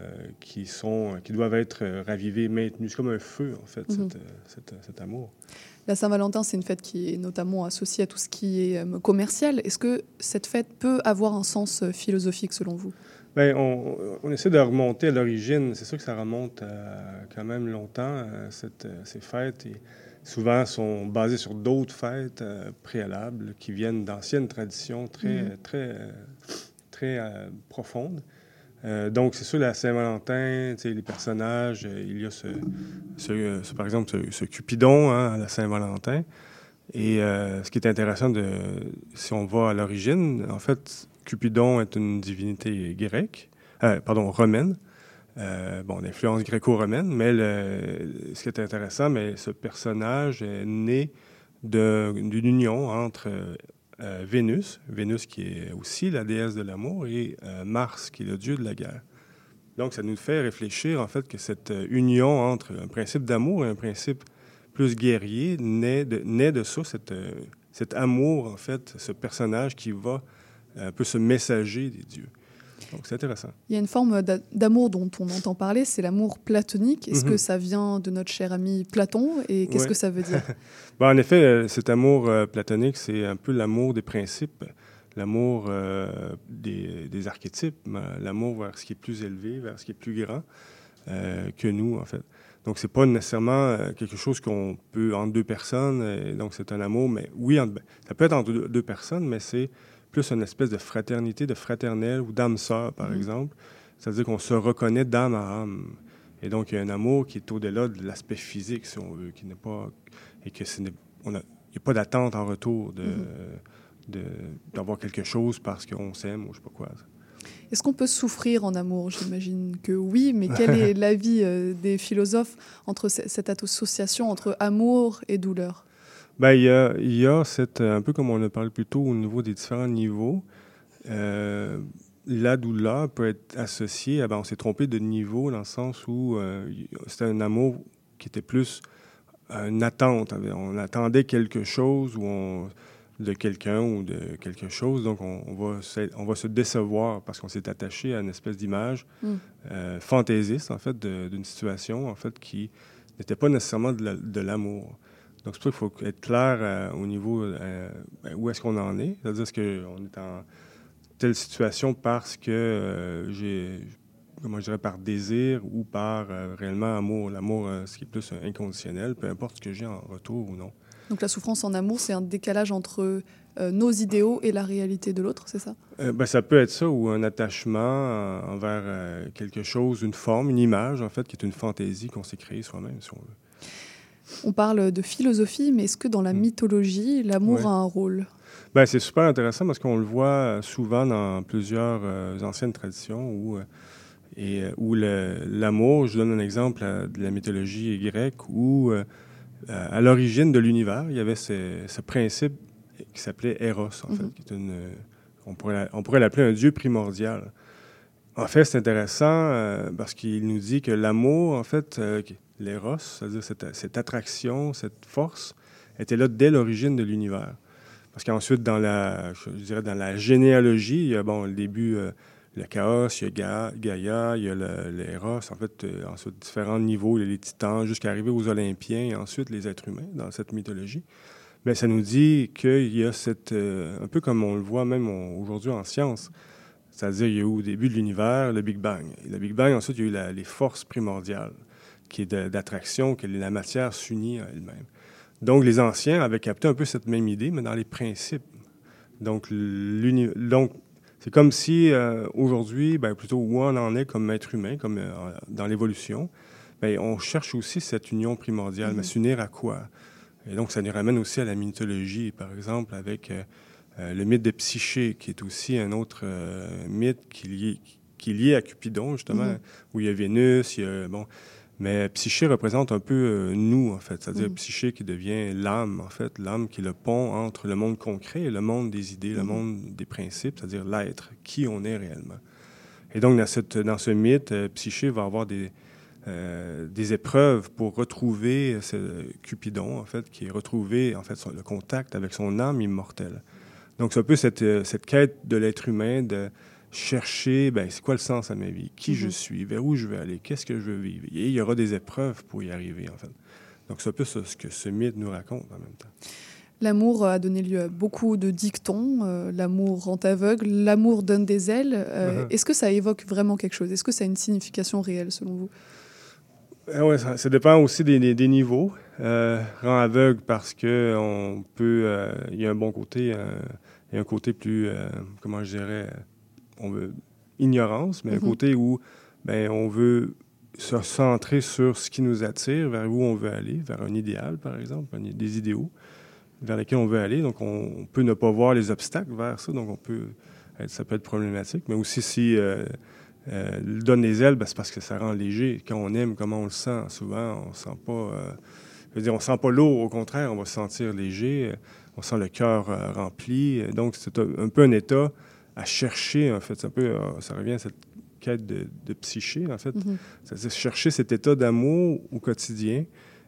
doivent être ravivés, maintenus. C'est comme un feu, en fait, cet amour. La Saint-Valentin, c'est une fête qui est notamment associée à tout ce qui est commercial. Est-ce que cette fête peut avoir un sens philosophique, selon vous? On essaie de remonter à l'origine. C'est sûr que ça remonte quand même longtemps, ces fêtes. Et souvent, sont basées sur d'autres fêtes préalables qui viennent d'anciennes traditions très profondes. Donc, c'est sûr, la Saint-Valentin, les personnages, il y a par exemple, ce Cupidon à la Saint-Valentin. Et ce qui est intéressant, si on va à l'origine, en fait, Cupidon est une divinité grecque, romaine, d'influence gréco-romaine, mais ce qui est intéressant, ce personnage est né d'une union entre... Vénus qui est aussi la déesse de l'amour, et Mars, qui est le dieu de la guerre. Donc, ça nous fait réfléchir, en fait, que cette union entre un principe d'amour et un principe plus guerrier naît de ça, cet amour, en fait, ce personnage qui va un peu se messager des dieux. Donc, c'est intéressant. Il y a une forme d'amour dont on entend parler, c'est l'amour platonique. Est-ce que ça vient de notre cher ami Platon, et qu'est-ce que ça veut dire? En effet, cet amour platonique, c'est un peu l'amour des principes, l'amour des archétypes, l'amour vers ce qui est plus élevé, vers ce qui est plus grand que nous, en fait. Donc, c'est pas nécessairement quelque chose qu'on peut entre deux personnes. Donc, c'est un amour, mais oui, ça peut être entre deux personnes, mais c'est plus une espèce de fraternité, de fraternelle ou d'âme-sœur, par exemple. C'est-à-dire qu'on se reconnaît d'âme à âme. Et donc, il y a un amour qui est au-delà de l'aspect physique, si on veut, qui n'est pas... Et que il a pas d'attente en retour d'avoir quelque chose parce qu'on s'aime ou je sais pas quoi. Est-ce qu'on peut souffrir en amour? J'imagine que oui, mais quel est l'avis des philosophes entre cette association entre amour et douleur? Ben, il y a cette, un peu comme on a parlé plus tôt au niveau des différents niveaux, la douleur peut être associée à, on s'est trompé de niveau dans le sens où c'était un amour qui était plus une attente. On attendait quelque chose de quelqu'un ou de quelque chose, donc on va se décevoir parce qu'on s'est attaché à une espèce d'image fantaisiste, en fait, d'une situation, en fait, qui n'était pas nécessairement de l'amour. Donc, c'est pour ça qu'il faut être clair au niveau où est-ce qu'on en est. C'est-à-dire, est-ce qu'on est en telle situation parce que comment je dirais, par désir ou par réellement amour. L'amour, ce qui est plus inconditionnel, peu importe ce que j'ai en retour ou non. Donc, la souffrance en amour, c'est un décalage entre nos idéaux et la réalité de l'autre, c'est ça? Ça peut être ça, ou un attachement envers quelque chose, une forme, une image, en fait, qui est une fantaisie qu'on s'est créée soi-même, si on veut. On parle de philosophie, mais est-ce que dans la mythologie, l'amour a un rôle? C'est super intéressant parce qu'on le voit souvent dans plusieurs anciennes traditions où l'amour, je donne un exemple de la mythologie grecque, où à l'origine de l'univers, il y avait ce principe qui s'appelait Eros, en fait, qui est on pourrait l'appeler un dieu primordial. En fait, c'est intéressant parce qu'il nous dit que l'amour, en fait, l'Eros, c'est-à-dire cette attraction, cette force, était là dès l'origine de l'univers. Parce qu'ensuite, dans la généalogie, il y a, le début, le chaos, il y a Gaïa, il y a l'Eros, en fait, ensuite, différents niveaux, les titans, jusqu'à arriver aux Olympiens, et ensuite les êtres humains, dans cette mythologie. Bien, ça nous dit qu'il y a un peu comme on le voit même aujourd'hui en science, c'est-à-dire il y a eu au début de l'univers le Big Bang. Et le Big Bang, ensuite, il y a eu les forces primordiales, qui est d'attraction, que la matière s'unit à elle-même. Donc, les anciens avaient capté un peu cette même idée, mais dans les principes. Donc, c'est comme si, aujourd'hui, plutôt où on en est comme être humain, comme dans l'évolution, on cherche aussi cette union primordiale. Mais s'unir à quoi? Et donc, ça nous ramène aussi à la mythologie, par exemple, avec le mythe de Psyché, qui est aussi un autre mythe qui est lié à Cupidon, justement, où il y a Vénus, il y a... Mais Psyché représente un peu nous, en fait. C'est-à-dire Psyché qui devient l'âme, en fait. L'âme qui est le pont entre le monde concret et le monde des idées, le monde des principes, c'est-à-dire l'être, qui on est réellement. Et donc, dans ce mythe, Psyché va avoir des épreuves pour retrouver ce Cupidon, en fait, qui est retrouvé, en fait, le contact avec son âme immortelle. Donc, c'est un peu cette quête de l'être humain de chercher, c'est quoi le sens à ma vie? Qui je suis? Vers où je veux aller? Qu'est-ce que je veux vivre? Et il y aura des épreuves pour y arriver, en fait. Donc, c'est un peu ce que ce mythe nous raconte en même temps. L'amour a donné lieu à beaucoup de dictons. L'amour rend aveugle, l'amour donne des ailes. Est-ce que ça évoque vraiment quelque chose? Est-ce que ça a une signification réelle, selon vous? Oui, ça dépend aussi des niveaux. Rend aveugle parce qu'on peut... il y a un bon côté, il y a un côté plus, comment je dirais... on veut ignorance, mais un côté où on veut se centrer sur ce qui nous attire, vers où on veut aller, vers un idéal, par exemple, des idéaux vers lesquels on veut aller. Donc, on peut ne pas voir les obstacles vers ça, donc ça peut être problématique. Mais aussi, si donne des ailes, c'est parce que ça rend léger. Quand on aime, comment on le sent? Souvent, on ne sent pas... on sent pas lourd, au contraire, on va se sentir léger, on sent le cœur rempli. Donc, c'est un peu un état à chercher, en fait. Ça revient à cette quête de psyché, en fait. C'est chercher cet état d'amour au quotidien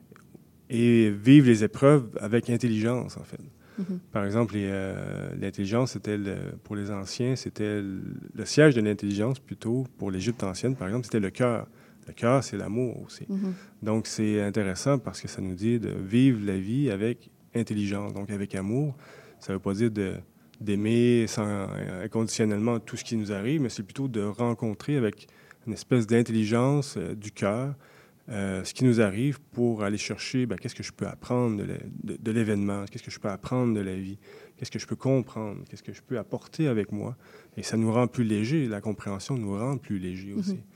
et vivre les épreuves avec intelligence, en fait. Par exemple, l'intelligence, pour les anciens, c'était le siège de l'intelligence, plutôt, pour l'Égypte ancienne, par exemple, c'était le cœur. Le cœur, c'est l'amour aussi. Donc, c'est intéressant parce que ça nous dit de vivre la vie avec intelligence, donc avec amour. Ça ne veut pas dire d'aimer inconditionnellement tout ce qui nous arrive, mais c'est plutôt de rencontrer avec une espèce d'intelligence du cœur ce qui nous arrive pour aller chercher qu'est-ce que je peux apprendre de l'événement, qu'est-ce que je peux apprendre de la vie, qu'est-ce que je peux comprendre, qu'est-ce que je peux apporter avec moi. Et ça nous rend plus léger, la compréhension nous rend plus léger aussi.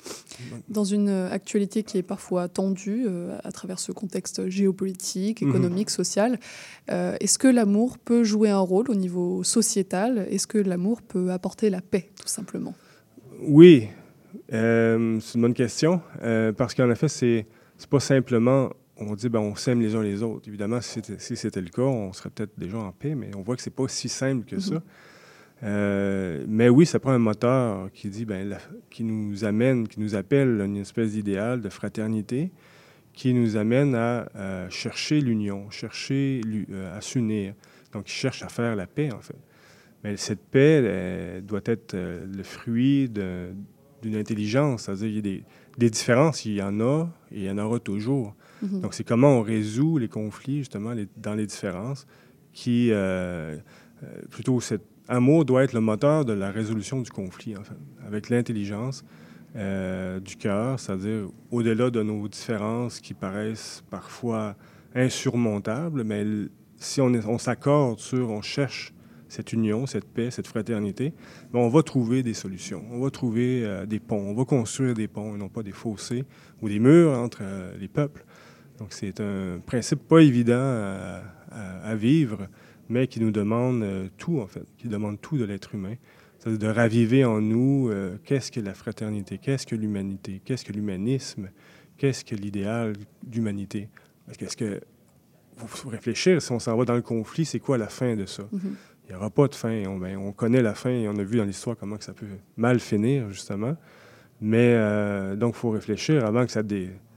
Dans une actualité qui est parfois tendue à travers ce contexte géopolitique, économique, social, est-ce que l'amour peut jouer un rôle au niveau sociétal? Est-ce que l'amour peut apporter la paix, tout simplement? Oui, c'est une bonne question, parce qu'en effet, c'est pas simplement, on dit, on s'aime les uns les autres. Évidemment, si c'était le cas, on serait peut-être déjà en paix, mais on voit que c'est pas aussi simple que ça. Mais oui, ça prend un moteur qui dit, qui nous amène, qui nous appelle à une espèce d'idéal de fraternité, qui nous amène à chercher l'union, chercher à s'unir. Donc, qui cherche à faire la paix, en fait. Mais cette paix doit être le fruit d'une intelligence, c'est-à-dire il y a des différences, il y en a et il y en aura toujours. Donc, c'est comment on résout les conflits, justement, dans les différences, qui, plutôt, cet amour doit être le moteur de la résolution du conflit, en fait, avec l'intelligence du cœur, c'est-à-dire au-delà de nos différences qui paraissent parfois insurmontables, mais si on s'accorde on cherche cette union, cette paix, cette fraternité, on va trouver des solutions, on va trouver des ponts, on va construire des ponts et non pas des fossés ou des murs entre les peuples. Donc, c'est un principe pas évident à vivre, mais qui nous demande tout, en fait, qui demande tout de l'être humain. C'est-à-dire de raviver en nous qu'est-ce que la fraternité, qu'est-ce que l'humanité, qu'est-ce que l'humanisme, qu'est-ce que l'idéal d'humanité. Qu'est-ce que... faut réfléchir, si on s'en va dans le conflit, c'est quoi la fin de ça? Il n'y aura pas de fin. On connaît la fin et on a vu dans l'histoire comment que ça peut mal finir, justement. Mais donc, il faut réfléchir avant que ça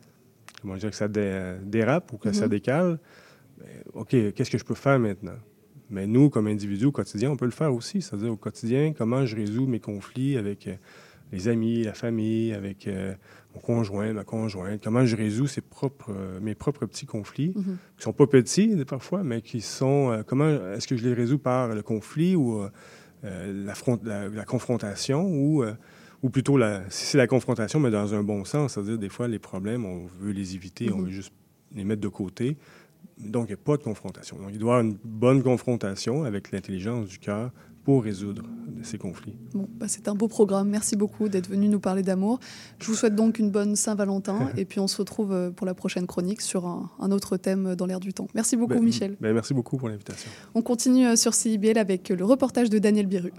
dérape ou que ça décale. OK, qu'est-ce que je peux faire maintenant? Mais nous, comme individus au quotidien, on peut le faire aussi. C'est-à-dire, au quotidien, comment je résous mes conflits avec les amis, la famille, avec mon conjoint, ma conjointe. Comment je résous mes propres petits conflits, qui ne sont pas petits parfois, mais qui sont... comment est-ce que je les résous par le conflit ou la confrontation ou plutôt, si c'est la confrontation, mais dans un bon sens. C'est-à-dire, des fois, les problèmes, on veut les éviter, on veut juste les mettre de côté. Donc, il n'y a pas de confrontation. Donc, il doit y avoir une bonne confrontation avec l'intelligence du cœur pour résoudre ces conflits. Bon, c'est un beau programme. Merci beaucoup d'être venu nous parler d'amour. Je vous souhaite donc une bonne Saint-Valentin et puis on se retrouve pour la prochaine chronique sur un autre thème dans l'air du temps. Merci beaucoup, Michel. Merci beaucoup pour l'invitation. On continue sur CIBL avec le reportage de Daniel Biru.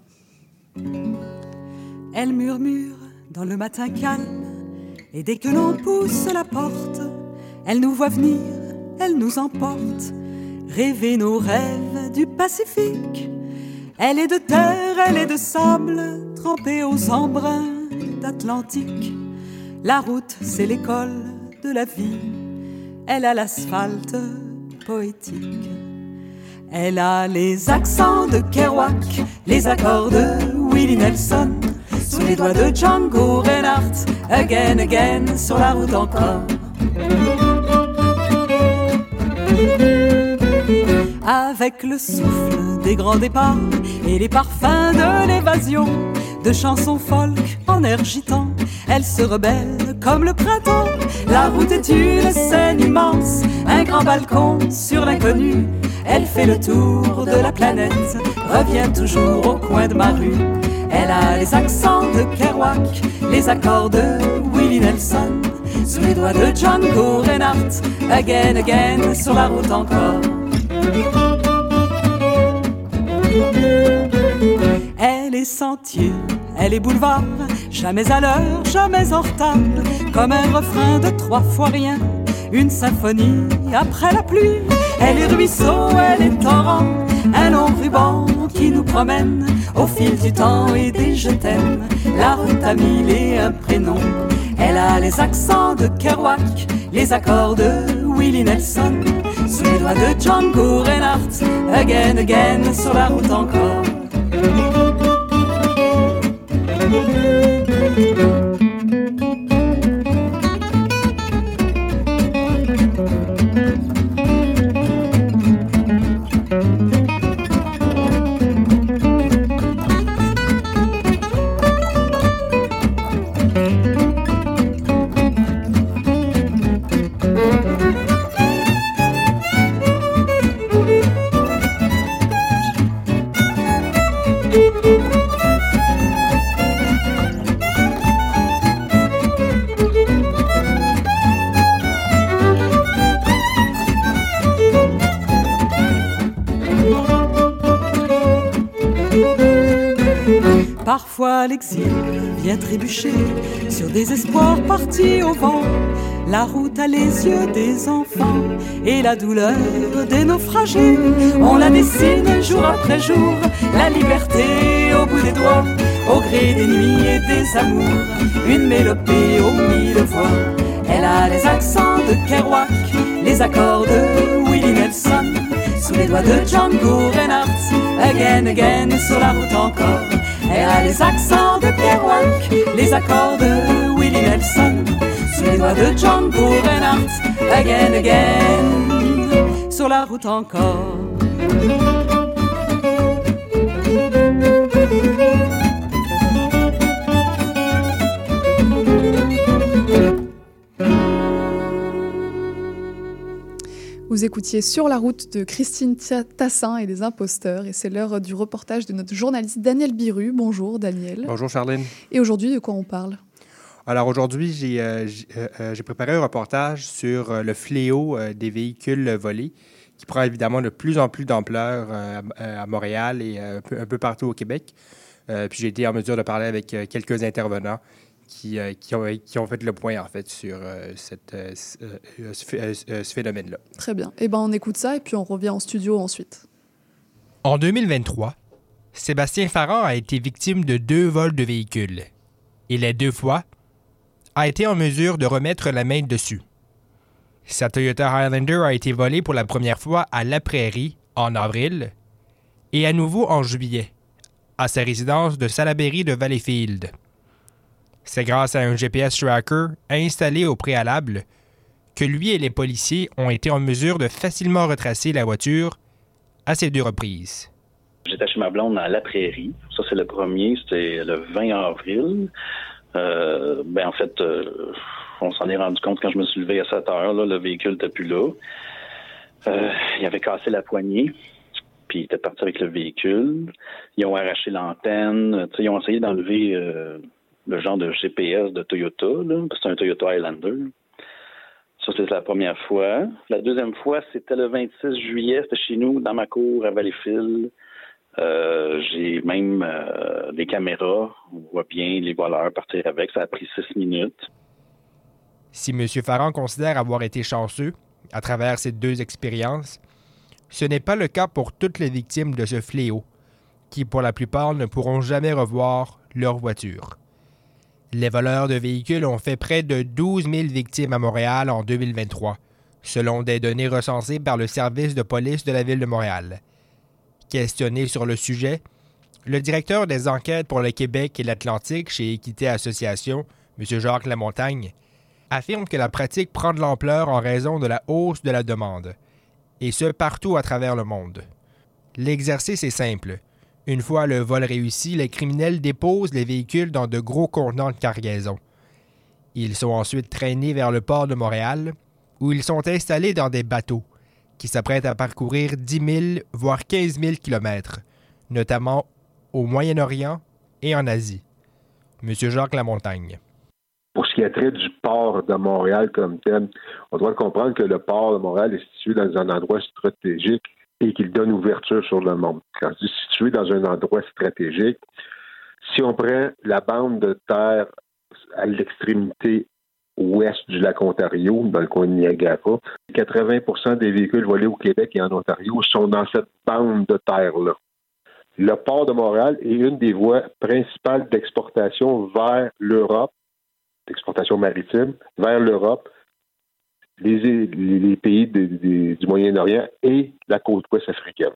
Elle murmure dans le matin calme et dès que l'on pousse la porte, elle nous voit venir, elle nous emporte, rêver nos rêves du Pacifique. Elle est de terre, elle est de sable, trempée aux embruns d'Atlantique. La route, c'est l'école de la vie, elle a l'asphalte poétique. Elle a les accents de Kerouac, les accords de Willie Nelson, sous les doigts de Django Reinhardt, again, again, sur la route encore. Avec le souffle des grands départs et les parfums de l'évasion, de chansons folk en air gitan, elle se rebelle comme le printemps. La route est une scène immense, un grand balcon sur l'inconnu. Elle fait le tour de la planète, revient toujours au coin de ma rue. Elle a les accents de Kerouac, les accords de Willie Nelson, sous les doigts de Django Reinhardt, again, again, sur la route encore. Elle est sentier, elle est boulevard, jamais à l'heure, jamais en retard, comme un refrain de 3 fois rien, une symphonie après la pluie. Elle est ruisseau, elle est torrent, un long ruban qui nous promène au fil du temps et des je t'aime. La route a 1001 prénoms. Elle a les accents de Kerouac, les accords de Willie Nelson, sous les doigts de Django Reinhardt, again, again, sur la route encore. Parfois l'exil vient trébucher sur des espoirs partis au vent. La route a les yeux des enfants et la douleur des naufragés. On la dessine jour après jour, la liberté au bout des doigts, au gré des nuits et des amours, une mélopée aux mille voix. Elle a les accents de Kerouac, les accords de Willie Nelson, sous les doigts de Django Reinhardt, again, again, sur la route encore. Elle a les accents de Kerouac, les accords de Willie Nelson, sous les doigts de Django Reinhardt, again, again, sur la route encore. Vous écoutiez Sur la route de Christine Tassin et des imposteurs, et c'est l'heure du reportage de notre journaliste Daniel Biru. Bonjour Daniel. Bonjour Charline. Et aujourd'hui, de quoi on parle? Alors aujourd'hui, j'ai préparé un reportage sur le fléau des véhicules volés qui prend évidemment de plus en plus d'ampleur à Montréal et un peu partout au Québec. Puis j'ai été en mesure de parler avec quelques intervenants qui ont fait le point, en fait, sur ce phénomène-là. Très bien. Eh bien, on écoute ça et puis on revient en studio ensuite. En 2023, Sébastien Farran a été victime de 2 vols de véhicules. Et les 2 fois, a été en mesure de remettre la main dessus. Sa Toyota Highlander a été volée pour la première fois à La Prairie, en avril, et à nouveau en juillet, à sa résidence de Salaberry de Valleyfield. C'est grâce à un GPS tracker installé au préalable que lui et les policiers ont été en mesure de facilement retracer la voiture à ces 2 reprises. J'étais chez ma blonde à La Prairie. Ça, c'est le premier. C'était le 20 avril. En fait, on s'en est rendu compte quand je me suis levé à 7 heures. Là, le véhicule n'était plus là. Il avait cassé la poignée. Puis il était parti avec le véhicule. Ils ont arraché l'antenne. Ils ont essayé d'enlever le genre de GPS de Toyota. Là, c'est un Toyota Highlander. Ça, c'était la première fois. La deuxième fois, c'était le 26 juillet. C'était chez nous, dans ma cour, à Valleyfield. J'ai même des caméras. On voit bien les voleurs partir avec. Ça a pris 6 minutes. Si M. Farran considère avoir été chanceux à travers ces 2 expériences, ce n'est pas le cas pour toutes les victimes de ce fléau, qui pour la plupart ne pourront jamais revoir leur voiture. Les voleurs de véhicules ont fait près de 12 000 victimes à Montréal en 2023, selon des données recensées par le service de police de la Ville de Montréal. Questionné sur le sujet, le directeur des enquêtes pour le Québec et l'Atlantique chez Équité Association, M. Jacques Lamontagne, affirme que la pratique prend de l'ampleur en raison de la hausse de la demande, et ce partout à travers le monde. L'exercice est simple. Une fois le vol réussi, les criminels déposent les véhicules dans de gros contenants de cargaison. Ils sont ensuite traînés vers le port de Montréal, où ils sont installés dans des bateaux qui s'apprêtent à parcourir 10 000, voire 15 000 kilomètres, notamment au Moyen-Orient et en Asie. M. Jacques Lamontagne. Pour ce qui est trait du port de Montréal comme tel, on doit comprendre que le port de Montréal est situé dans un endroit stratégique et qu'il donne ouverture sur le monde. Quand je dis situé dans un endroit stratégique, si on prend la bande de terre à l'extrémité ouest du lac Ontario, dans le coin de Niagara, 80% des véhicules volés au Québec et en Ontario sont dans cette bande de terre-là. Le port de Montréal est une des voies principales d'exportation vers l'Europe, d'exportation maritime, vers l'Europe, les pays du Moyen-Orient et la côte ouest africaine.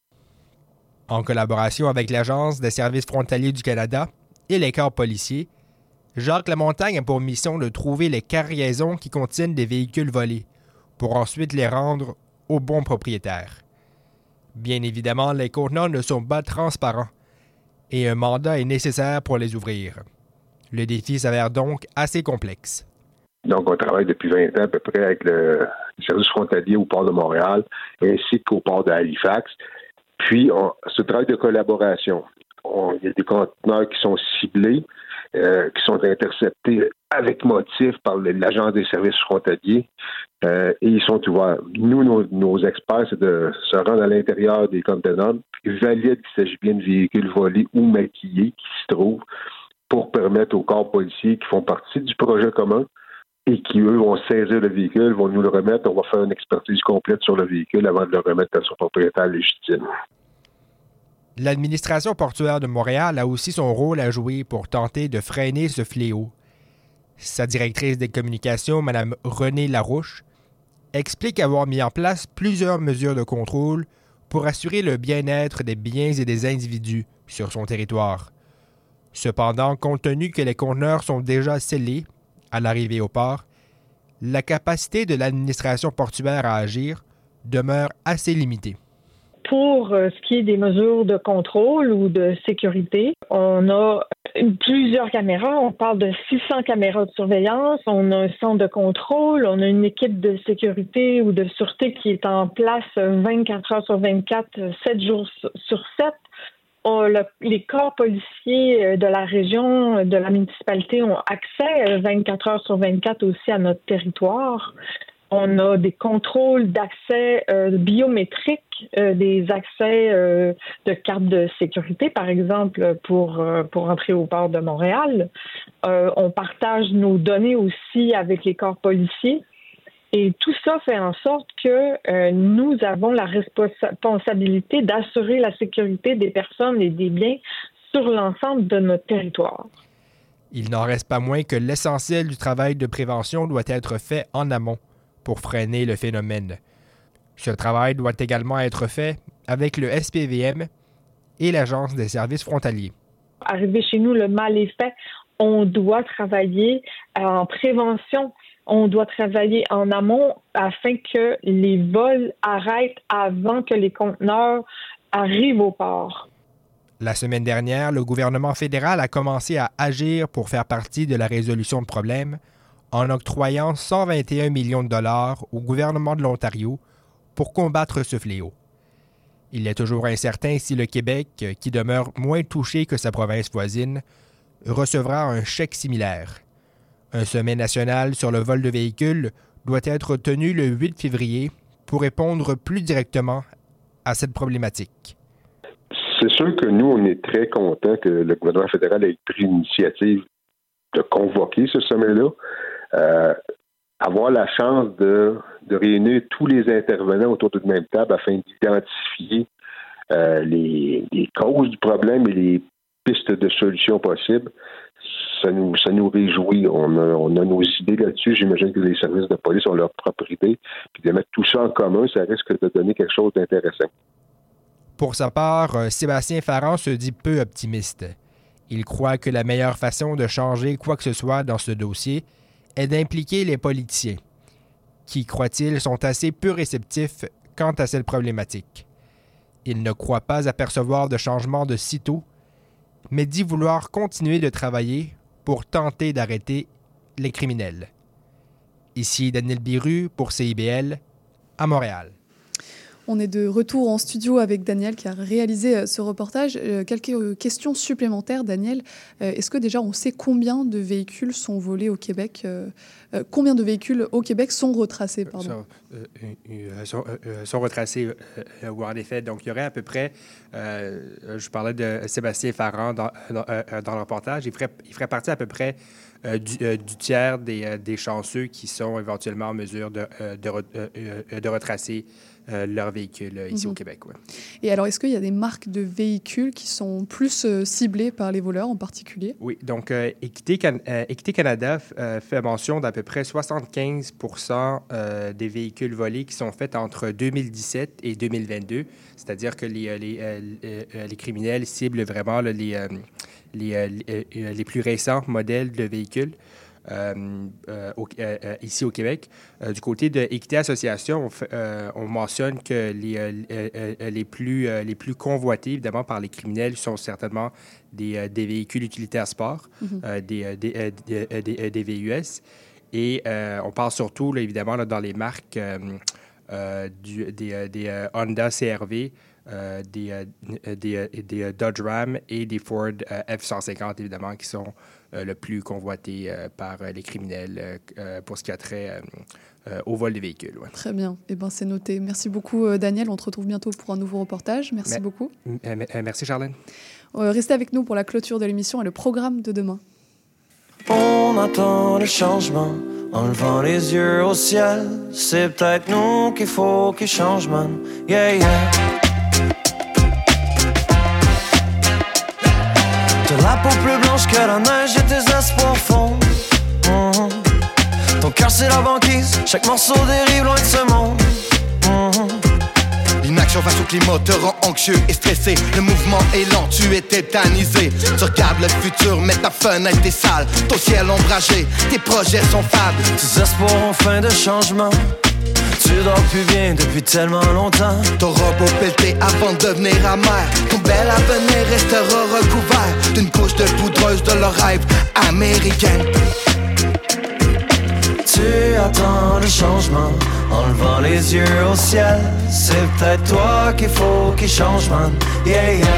En collaboration avec l'Agence des services frontaliers du Canada et les corps policiers, Jacques Lamontagne a pour mission de trouver les cargaisons qui contiennent des véhicules volés, pour ensuite les rendre aux bons propriétaires. Bien évidemment, les contenants ne sont pas transparents, et un mandat est nécessaire pour les ouvrir. Le défi s'avère donc assez complexe. Donc, on travaille depuis 20 ans à peu près avec le service frontalier au port de Montréal ainsi qu'au port de Halifax. Puis, ce travail de collaboration. Il y a des conteneurs qui sont ciblés qui sont interceptés avec motif par l'Agence des services frontaliers et ils sont ouverts. Nous, nos experts, c'est de se rendre à l'intérieur des conteneurs et valider qu'il s'agit bien de véhicules volés ou maquillés qui s'y trouvent pour permettre aux corps policiers qui font partie du projet commun et qui, eux, vont saisir le véhicule, vont nous le remettre. On va faire une expertise complète sur le véhicule avant de le remettre à son propriétaire légitime. L'administration portuaire de Montréal a aussi son rôle à jouer pour tenter de freiner ce fléau. Sa directrice des communications, Mme Renée Larouche, explique avoir mis en place plusieurs mesures de contrôle pour assurer le bien-être des biens et des individus sur son territoire. Cependant, compte tenu que les conteneurs sont déjà scellés à l'arrivée au port, la capacité de l'administration portuaire à agir demeure assez limitée. Pour ce qui est des mesures de contrôle ou de sécurité, on a plusieurs caméras. On parle de 600 caméras de surveillance. On a un centre de contrôle. On a une équipe de sécurité ou de sûreté qui est en place 24 heures sur 24, 7 jours sur 7. Les corps policiers de la région, de la municipalité ont accès 24 heures sur 24 aussi à notre territoire. On a des contrôles d'accès biométriques, des accès de cartes de sécurité, par exemple, pour entrer au port de Montréal. On partage nos données aussi avec les corps policiers. Et tout ça fait en sorte que nous avons la responsabilité d'assurer la sécurité des personnes et des biens sur l'ensemble de notre territoire. Il n'en reste pas moins que l'essentiel du travail de prévention doit être fait en amont pour freiner le phénomène. Ce travail doit également être fait avec le SPVM et l'Agence des services frontaliers. Arrivé chez nous, le mal est fait. On doit travailler en prévention. On doit travailler en amont afin que les vols arrêtent avant que les conteneurs arrivent au port. La semaine dernière, le gouvernement fédéral a commencé à agir pour faire partie de la résolution de problèmes en octroyant 121 millions de dollars au gouvernement de l'Ontario pour combattre ce fléau. Il est toujours incertain si le Québec, qui demeure moins touché que sa province voisine, recevra un chèque similaire. Un sommet national sur le vol de véhicules doit être tenu le 8 février pour répondre plus directement à cette problématique. C'est sûr que nous, on est très contents que le gouvernement fédéral ait pris l'initiative de convoquer ce sommet-là. Avoir la chance de réunir tous les intervenants autour d'une même table afin d'identifier les causes du problème et les pistes de solutions possibles, ça nous réjouit. On a nos idées là-dessus. J'imagine que les services de police ont leur propre idée. Puis de mettre tout ça en commun, ça risque de donner quelque chose d'intéressant. Pour sa part, Sébastien Farran se dit peu optimiste. Il croit que la meilleure façon de changer quoi que ce soit dans ce dossier est d'impliquer les politiciens, qui, croit-il, sont assez peu réceptifs quant à cette problématique. Il ne croit pas apercevoir de changement de sitôt, mais dit vouloir continuer de travailler pour tenter d'arrêter les criminels. Ici Daniel Biru pour CIBL, à Montréal. On est de retour en studio avec Daniel qui a réalisé ce reportage. Quelques questions supplémentaires, Daniel. Est-ce que déjà on sait combien de véhicules sont volés au Québec combien de véhicules au Québec sont retracés sont retracés, ou en effet. Donc, il y aurait à peu près, je parlais de Sébastien Farran dans le reportage, il ferait partie à peu près du tiers des chanceux qui sont éventuellement en mesure de retracer leur véhicule ici au Québec. Ouais. Et alors, est-ce qu'il y a des marques de véhicules qui sont plus ciblées par les voleurs en particulier? Oui, donc Équité Canada fait mention d'à peu près 75 % des véhicules volés qui sont faits entre 2017 et 2022, c'est-à-dire que les criminels ciblent vraiment les plus récents modèles de véhicules. Ici au Québec. Du côté de Équité Association, on mentionne que les plus convoités, évidemment, par les criminels sont certainement des véhicules utilitaires sport, des VUS. Et on parle surtout, là, évidemment, là, dans les marques des Honda CR-V, des Dodge Ram et des Ford F-150, évidemment, qui sont le plus convoités par les criminels pour ce qui a trait au vol des véhicules. Ouais. Très bien. Eh ben, c'est noté. Merci beaucoup, Daniel. On te retrouve bientôt pour un nouveau reportage. Merci beaucoup. Merci, Charlène. Restez avec nous pour la clôture de l'émission et le programme de demain. On attend le changement en levant les yeux au ciel. C'est peut-être nous qu'il faut qu'il change, man. Yeah, yeah. T'as la peau plus blanche que la neige et tes espoirs fondent. Ton cœur c'est la banquise, chaque morceau dérive loin de ce monde. L'inaction face au climat te rend anxieux et stressé. Le mouvement est lent, tu es tétanisé. Tu regardes le futur, mais ta fenêtre est sale. Ton ciel ombragé, tes projets sont fades. Tes espoirs ont faim de changement. Tu dors plus bien depuis tellement longtemps. T'auras beau pelleter avant de devenir amer, ton bel avenir restera recouvert d'une couche de poudreuse de leur rêve américain. Tu attends le changement en levant les yeux au ciel. C'est peut-être toi qu'il faut qu'il change, man. Yeah, yeah.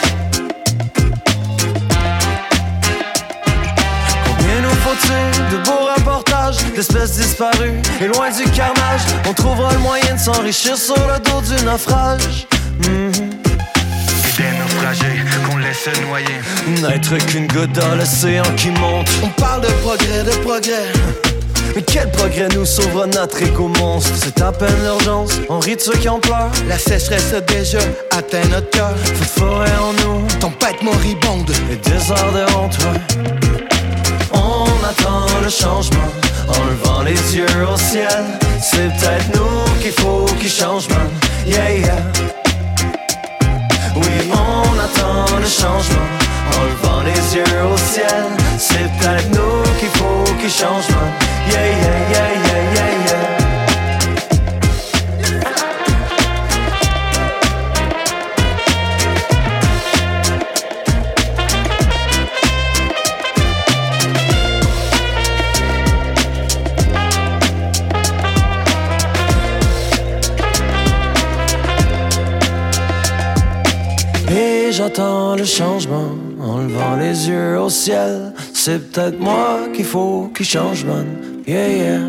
Combien nous faut-il de beaux reportages d'espèces disparues et loin du carnage? On trouvera le moyen de s'enrichir sur le dos du naufrage. Et des naufragés qu'on laisse noyer. N'être qu'une goutte dans l'océan qui monte. On parle de progrès, de progrès. Mais quel progrès nous sauvera notre éco-monstre? C'est à peine l'urgence, on rit de ceux qui en pleurent. La sécheresse a déjà atteint notre cœur. Feu de forêt en nous, tempête moribonde et des heures de honte, ouais. On attend le changement en levant les yeux au ciel. C'est peut-être nous qu'il faut qu'il change, man. Yeah, yeah. Oui, on attend le changement en levant les yeux au ciel. C'est peut-être nous qu'il faut qu'il change, man. Yeah, yeah, yeah, yeah, yeah, yeah. Et j'attends le changement en levant les yeux au ciel. C'est peut-être moi qu'il faut qu'il change, man. Yeah, yeah.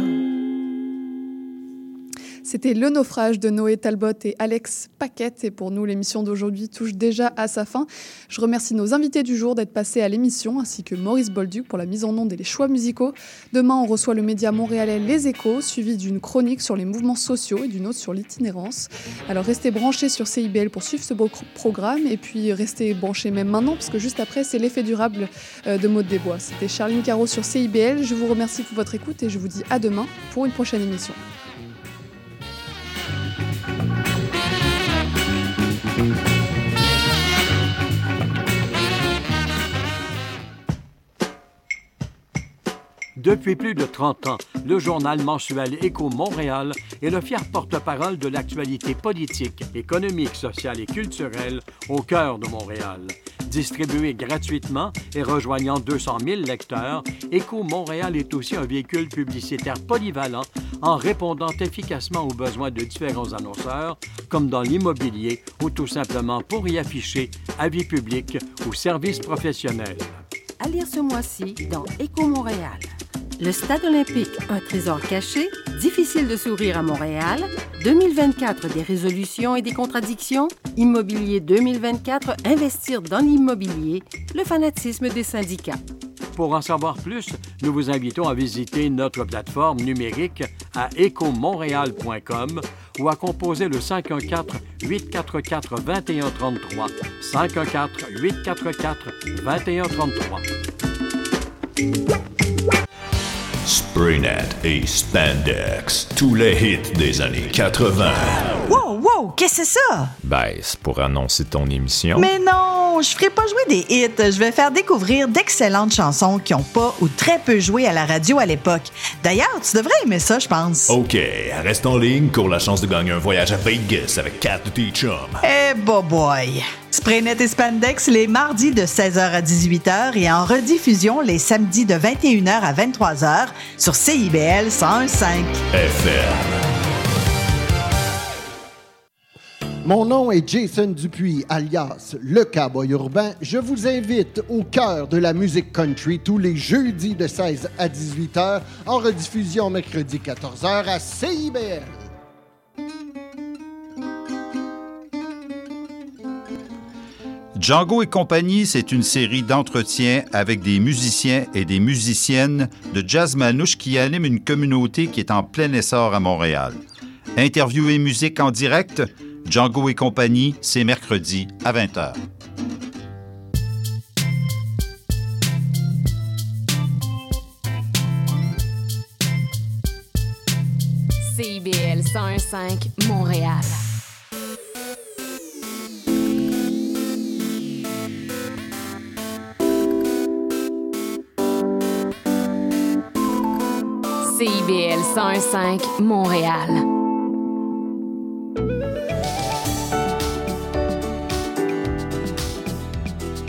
C'était Le Naufrage de Noé Talbot et Alex Paquette. Et pour nous, l'émission d'aujourd'hui touche déjà à sa fin. Je remercie nos invités du jour d'être passés à l'émission, ainsi que Maurice Bolduc pour la mise en onde et les choix musicaux. Demain, on reçoit le média montréalais Les Échos, suivi d'une chronique sur les mouvements sociaux et d'une autre sur l'itinérance. Alors restez branchés sur CIBL pour suivre ce beau programme. Et puis restez branchés même maintenant, parce que juste après, c'est l'effet durable de Maud Desbois. C'était Charline Caro sur CIBL. Je vous remercie pour votre écoute et je vous dis à demain pour une prochaine émission. Depuis plus de 30 ans, le journal mensuel Écho Montréal est le fier porte-parole de l'actualité politique, économique, sociale et culturelle au cœur de Montréal. Distribué gratuitement et rejoignant 200 000 lecteurs, Écho Montréal est aussi un véhicule publicitaire polyvalent en répondant efficacement aux besoins de différents annonceurs, comme dans l'immobilier ou tout simplement pour y afficher avis publics ou services professionnels. À lire ce mois-ci dans Écho Montréal. Le Stade olympique, un trésor caché, difficile de sourire à Montréal, 2024, des résolutions et des contradictions, Immobilier 2024, investir dans l'immobilier, le fanatisme des syndicats. Pour en savoir plus, nous vous invitons à visiter notre plateforme numérique à ecomontréal.com ou à composer le 514-844-2133, 514-844-2133. Spraynet et Spandex, tous les hits des années 80. Wow, wow, qu'est-ce que c'est ça? Ben, c'est pour annoncer ton émission. Mais non, je ferai pas jouer des hits. Je vais faire découvrir d'excellentes chansons qui ont pas ou très peu joué à la radio à l'époque. D'ailleurs, tu devrais aimer ça, je pense. OK, reste en ligne, cours la chance de gagner un voyage à Vegas avec 4 de tes chums. Eh, boy! Spraynet et Spandex les mardis de 16h à 18h et en rediffusion les samedis de 21h à 23h sur CIBL 101.5 FM. Mon nom est Jason Dupuis, alias Le Cowboy Urbain. Je vous invite au cœur de la musique country tous les jeudis de 16 à 18 h, en rediffusion mercredi 14 h à CIBL. Django et compagnie, c'est une série d'entretiens avec des musiciens et des musiciennes de jazz manouche qui animent une communauté qui est en plein essor à Montréal. Interview et musique en direct, Django et compagnie, c'est mercredi à 20 h. CIBL 101.5 Montréal. CIBL 101.5 Montréal.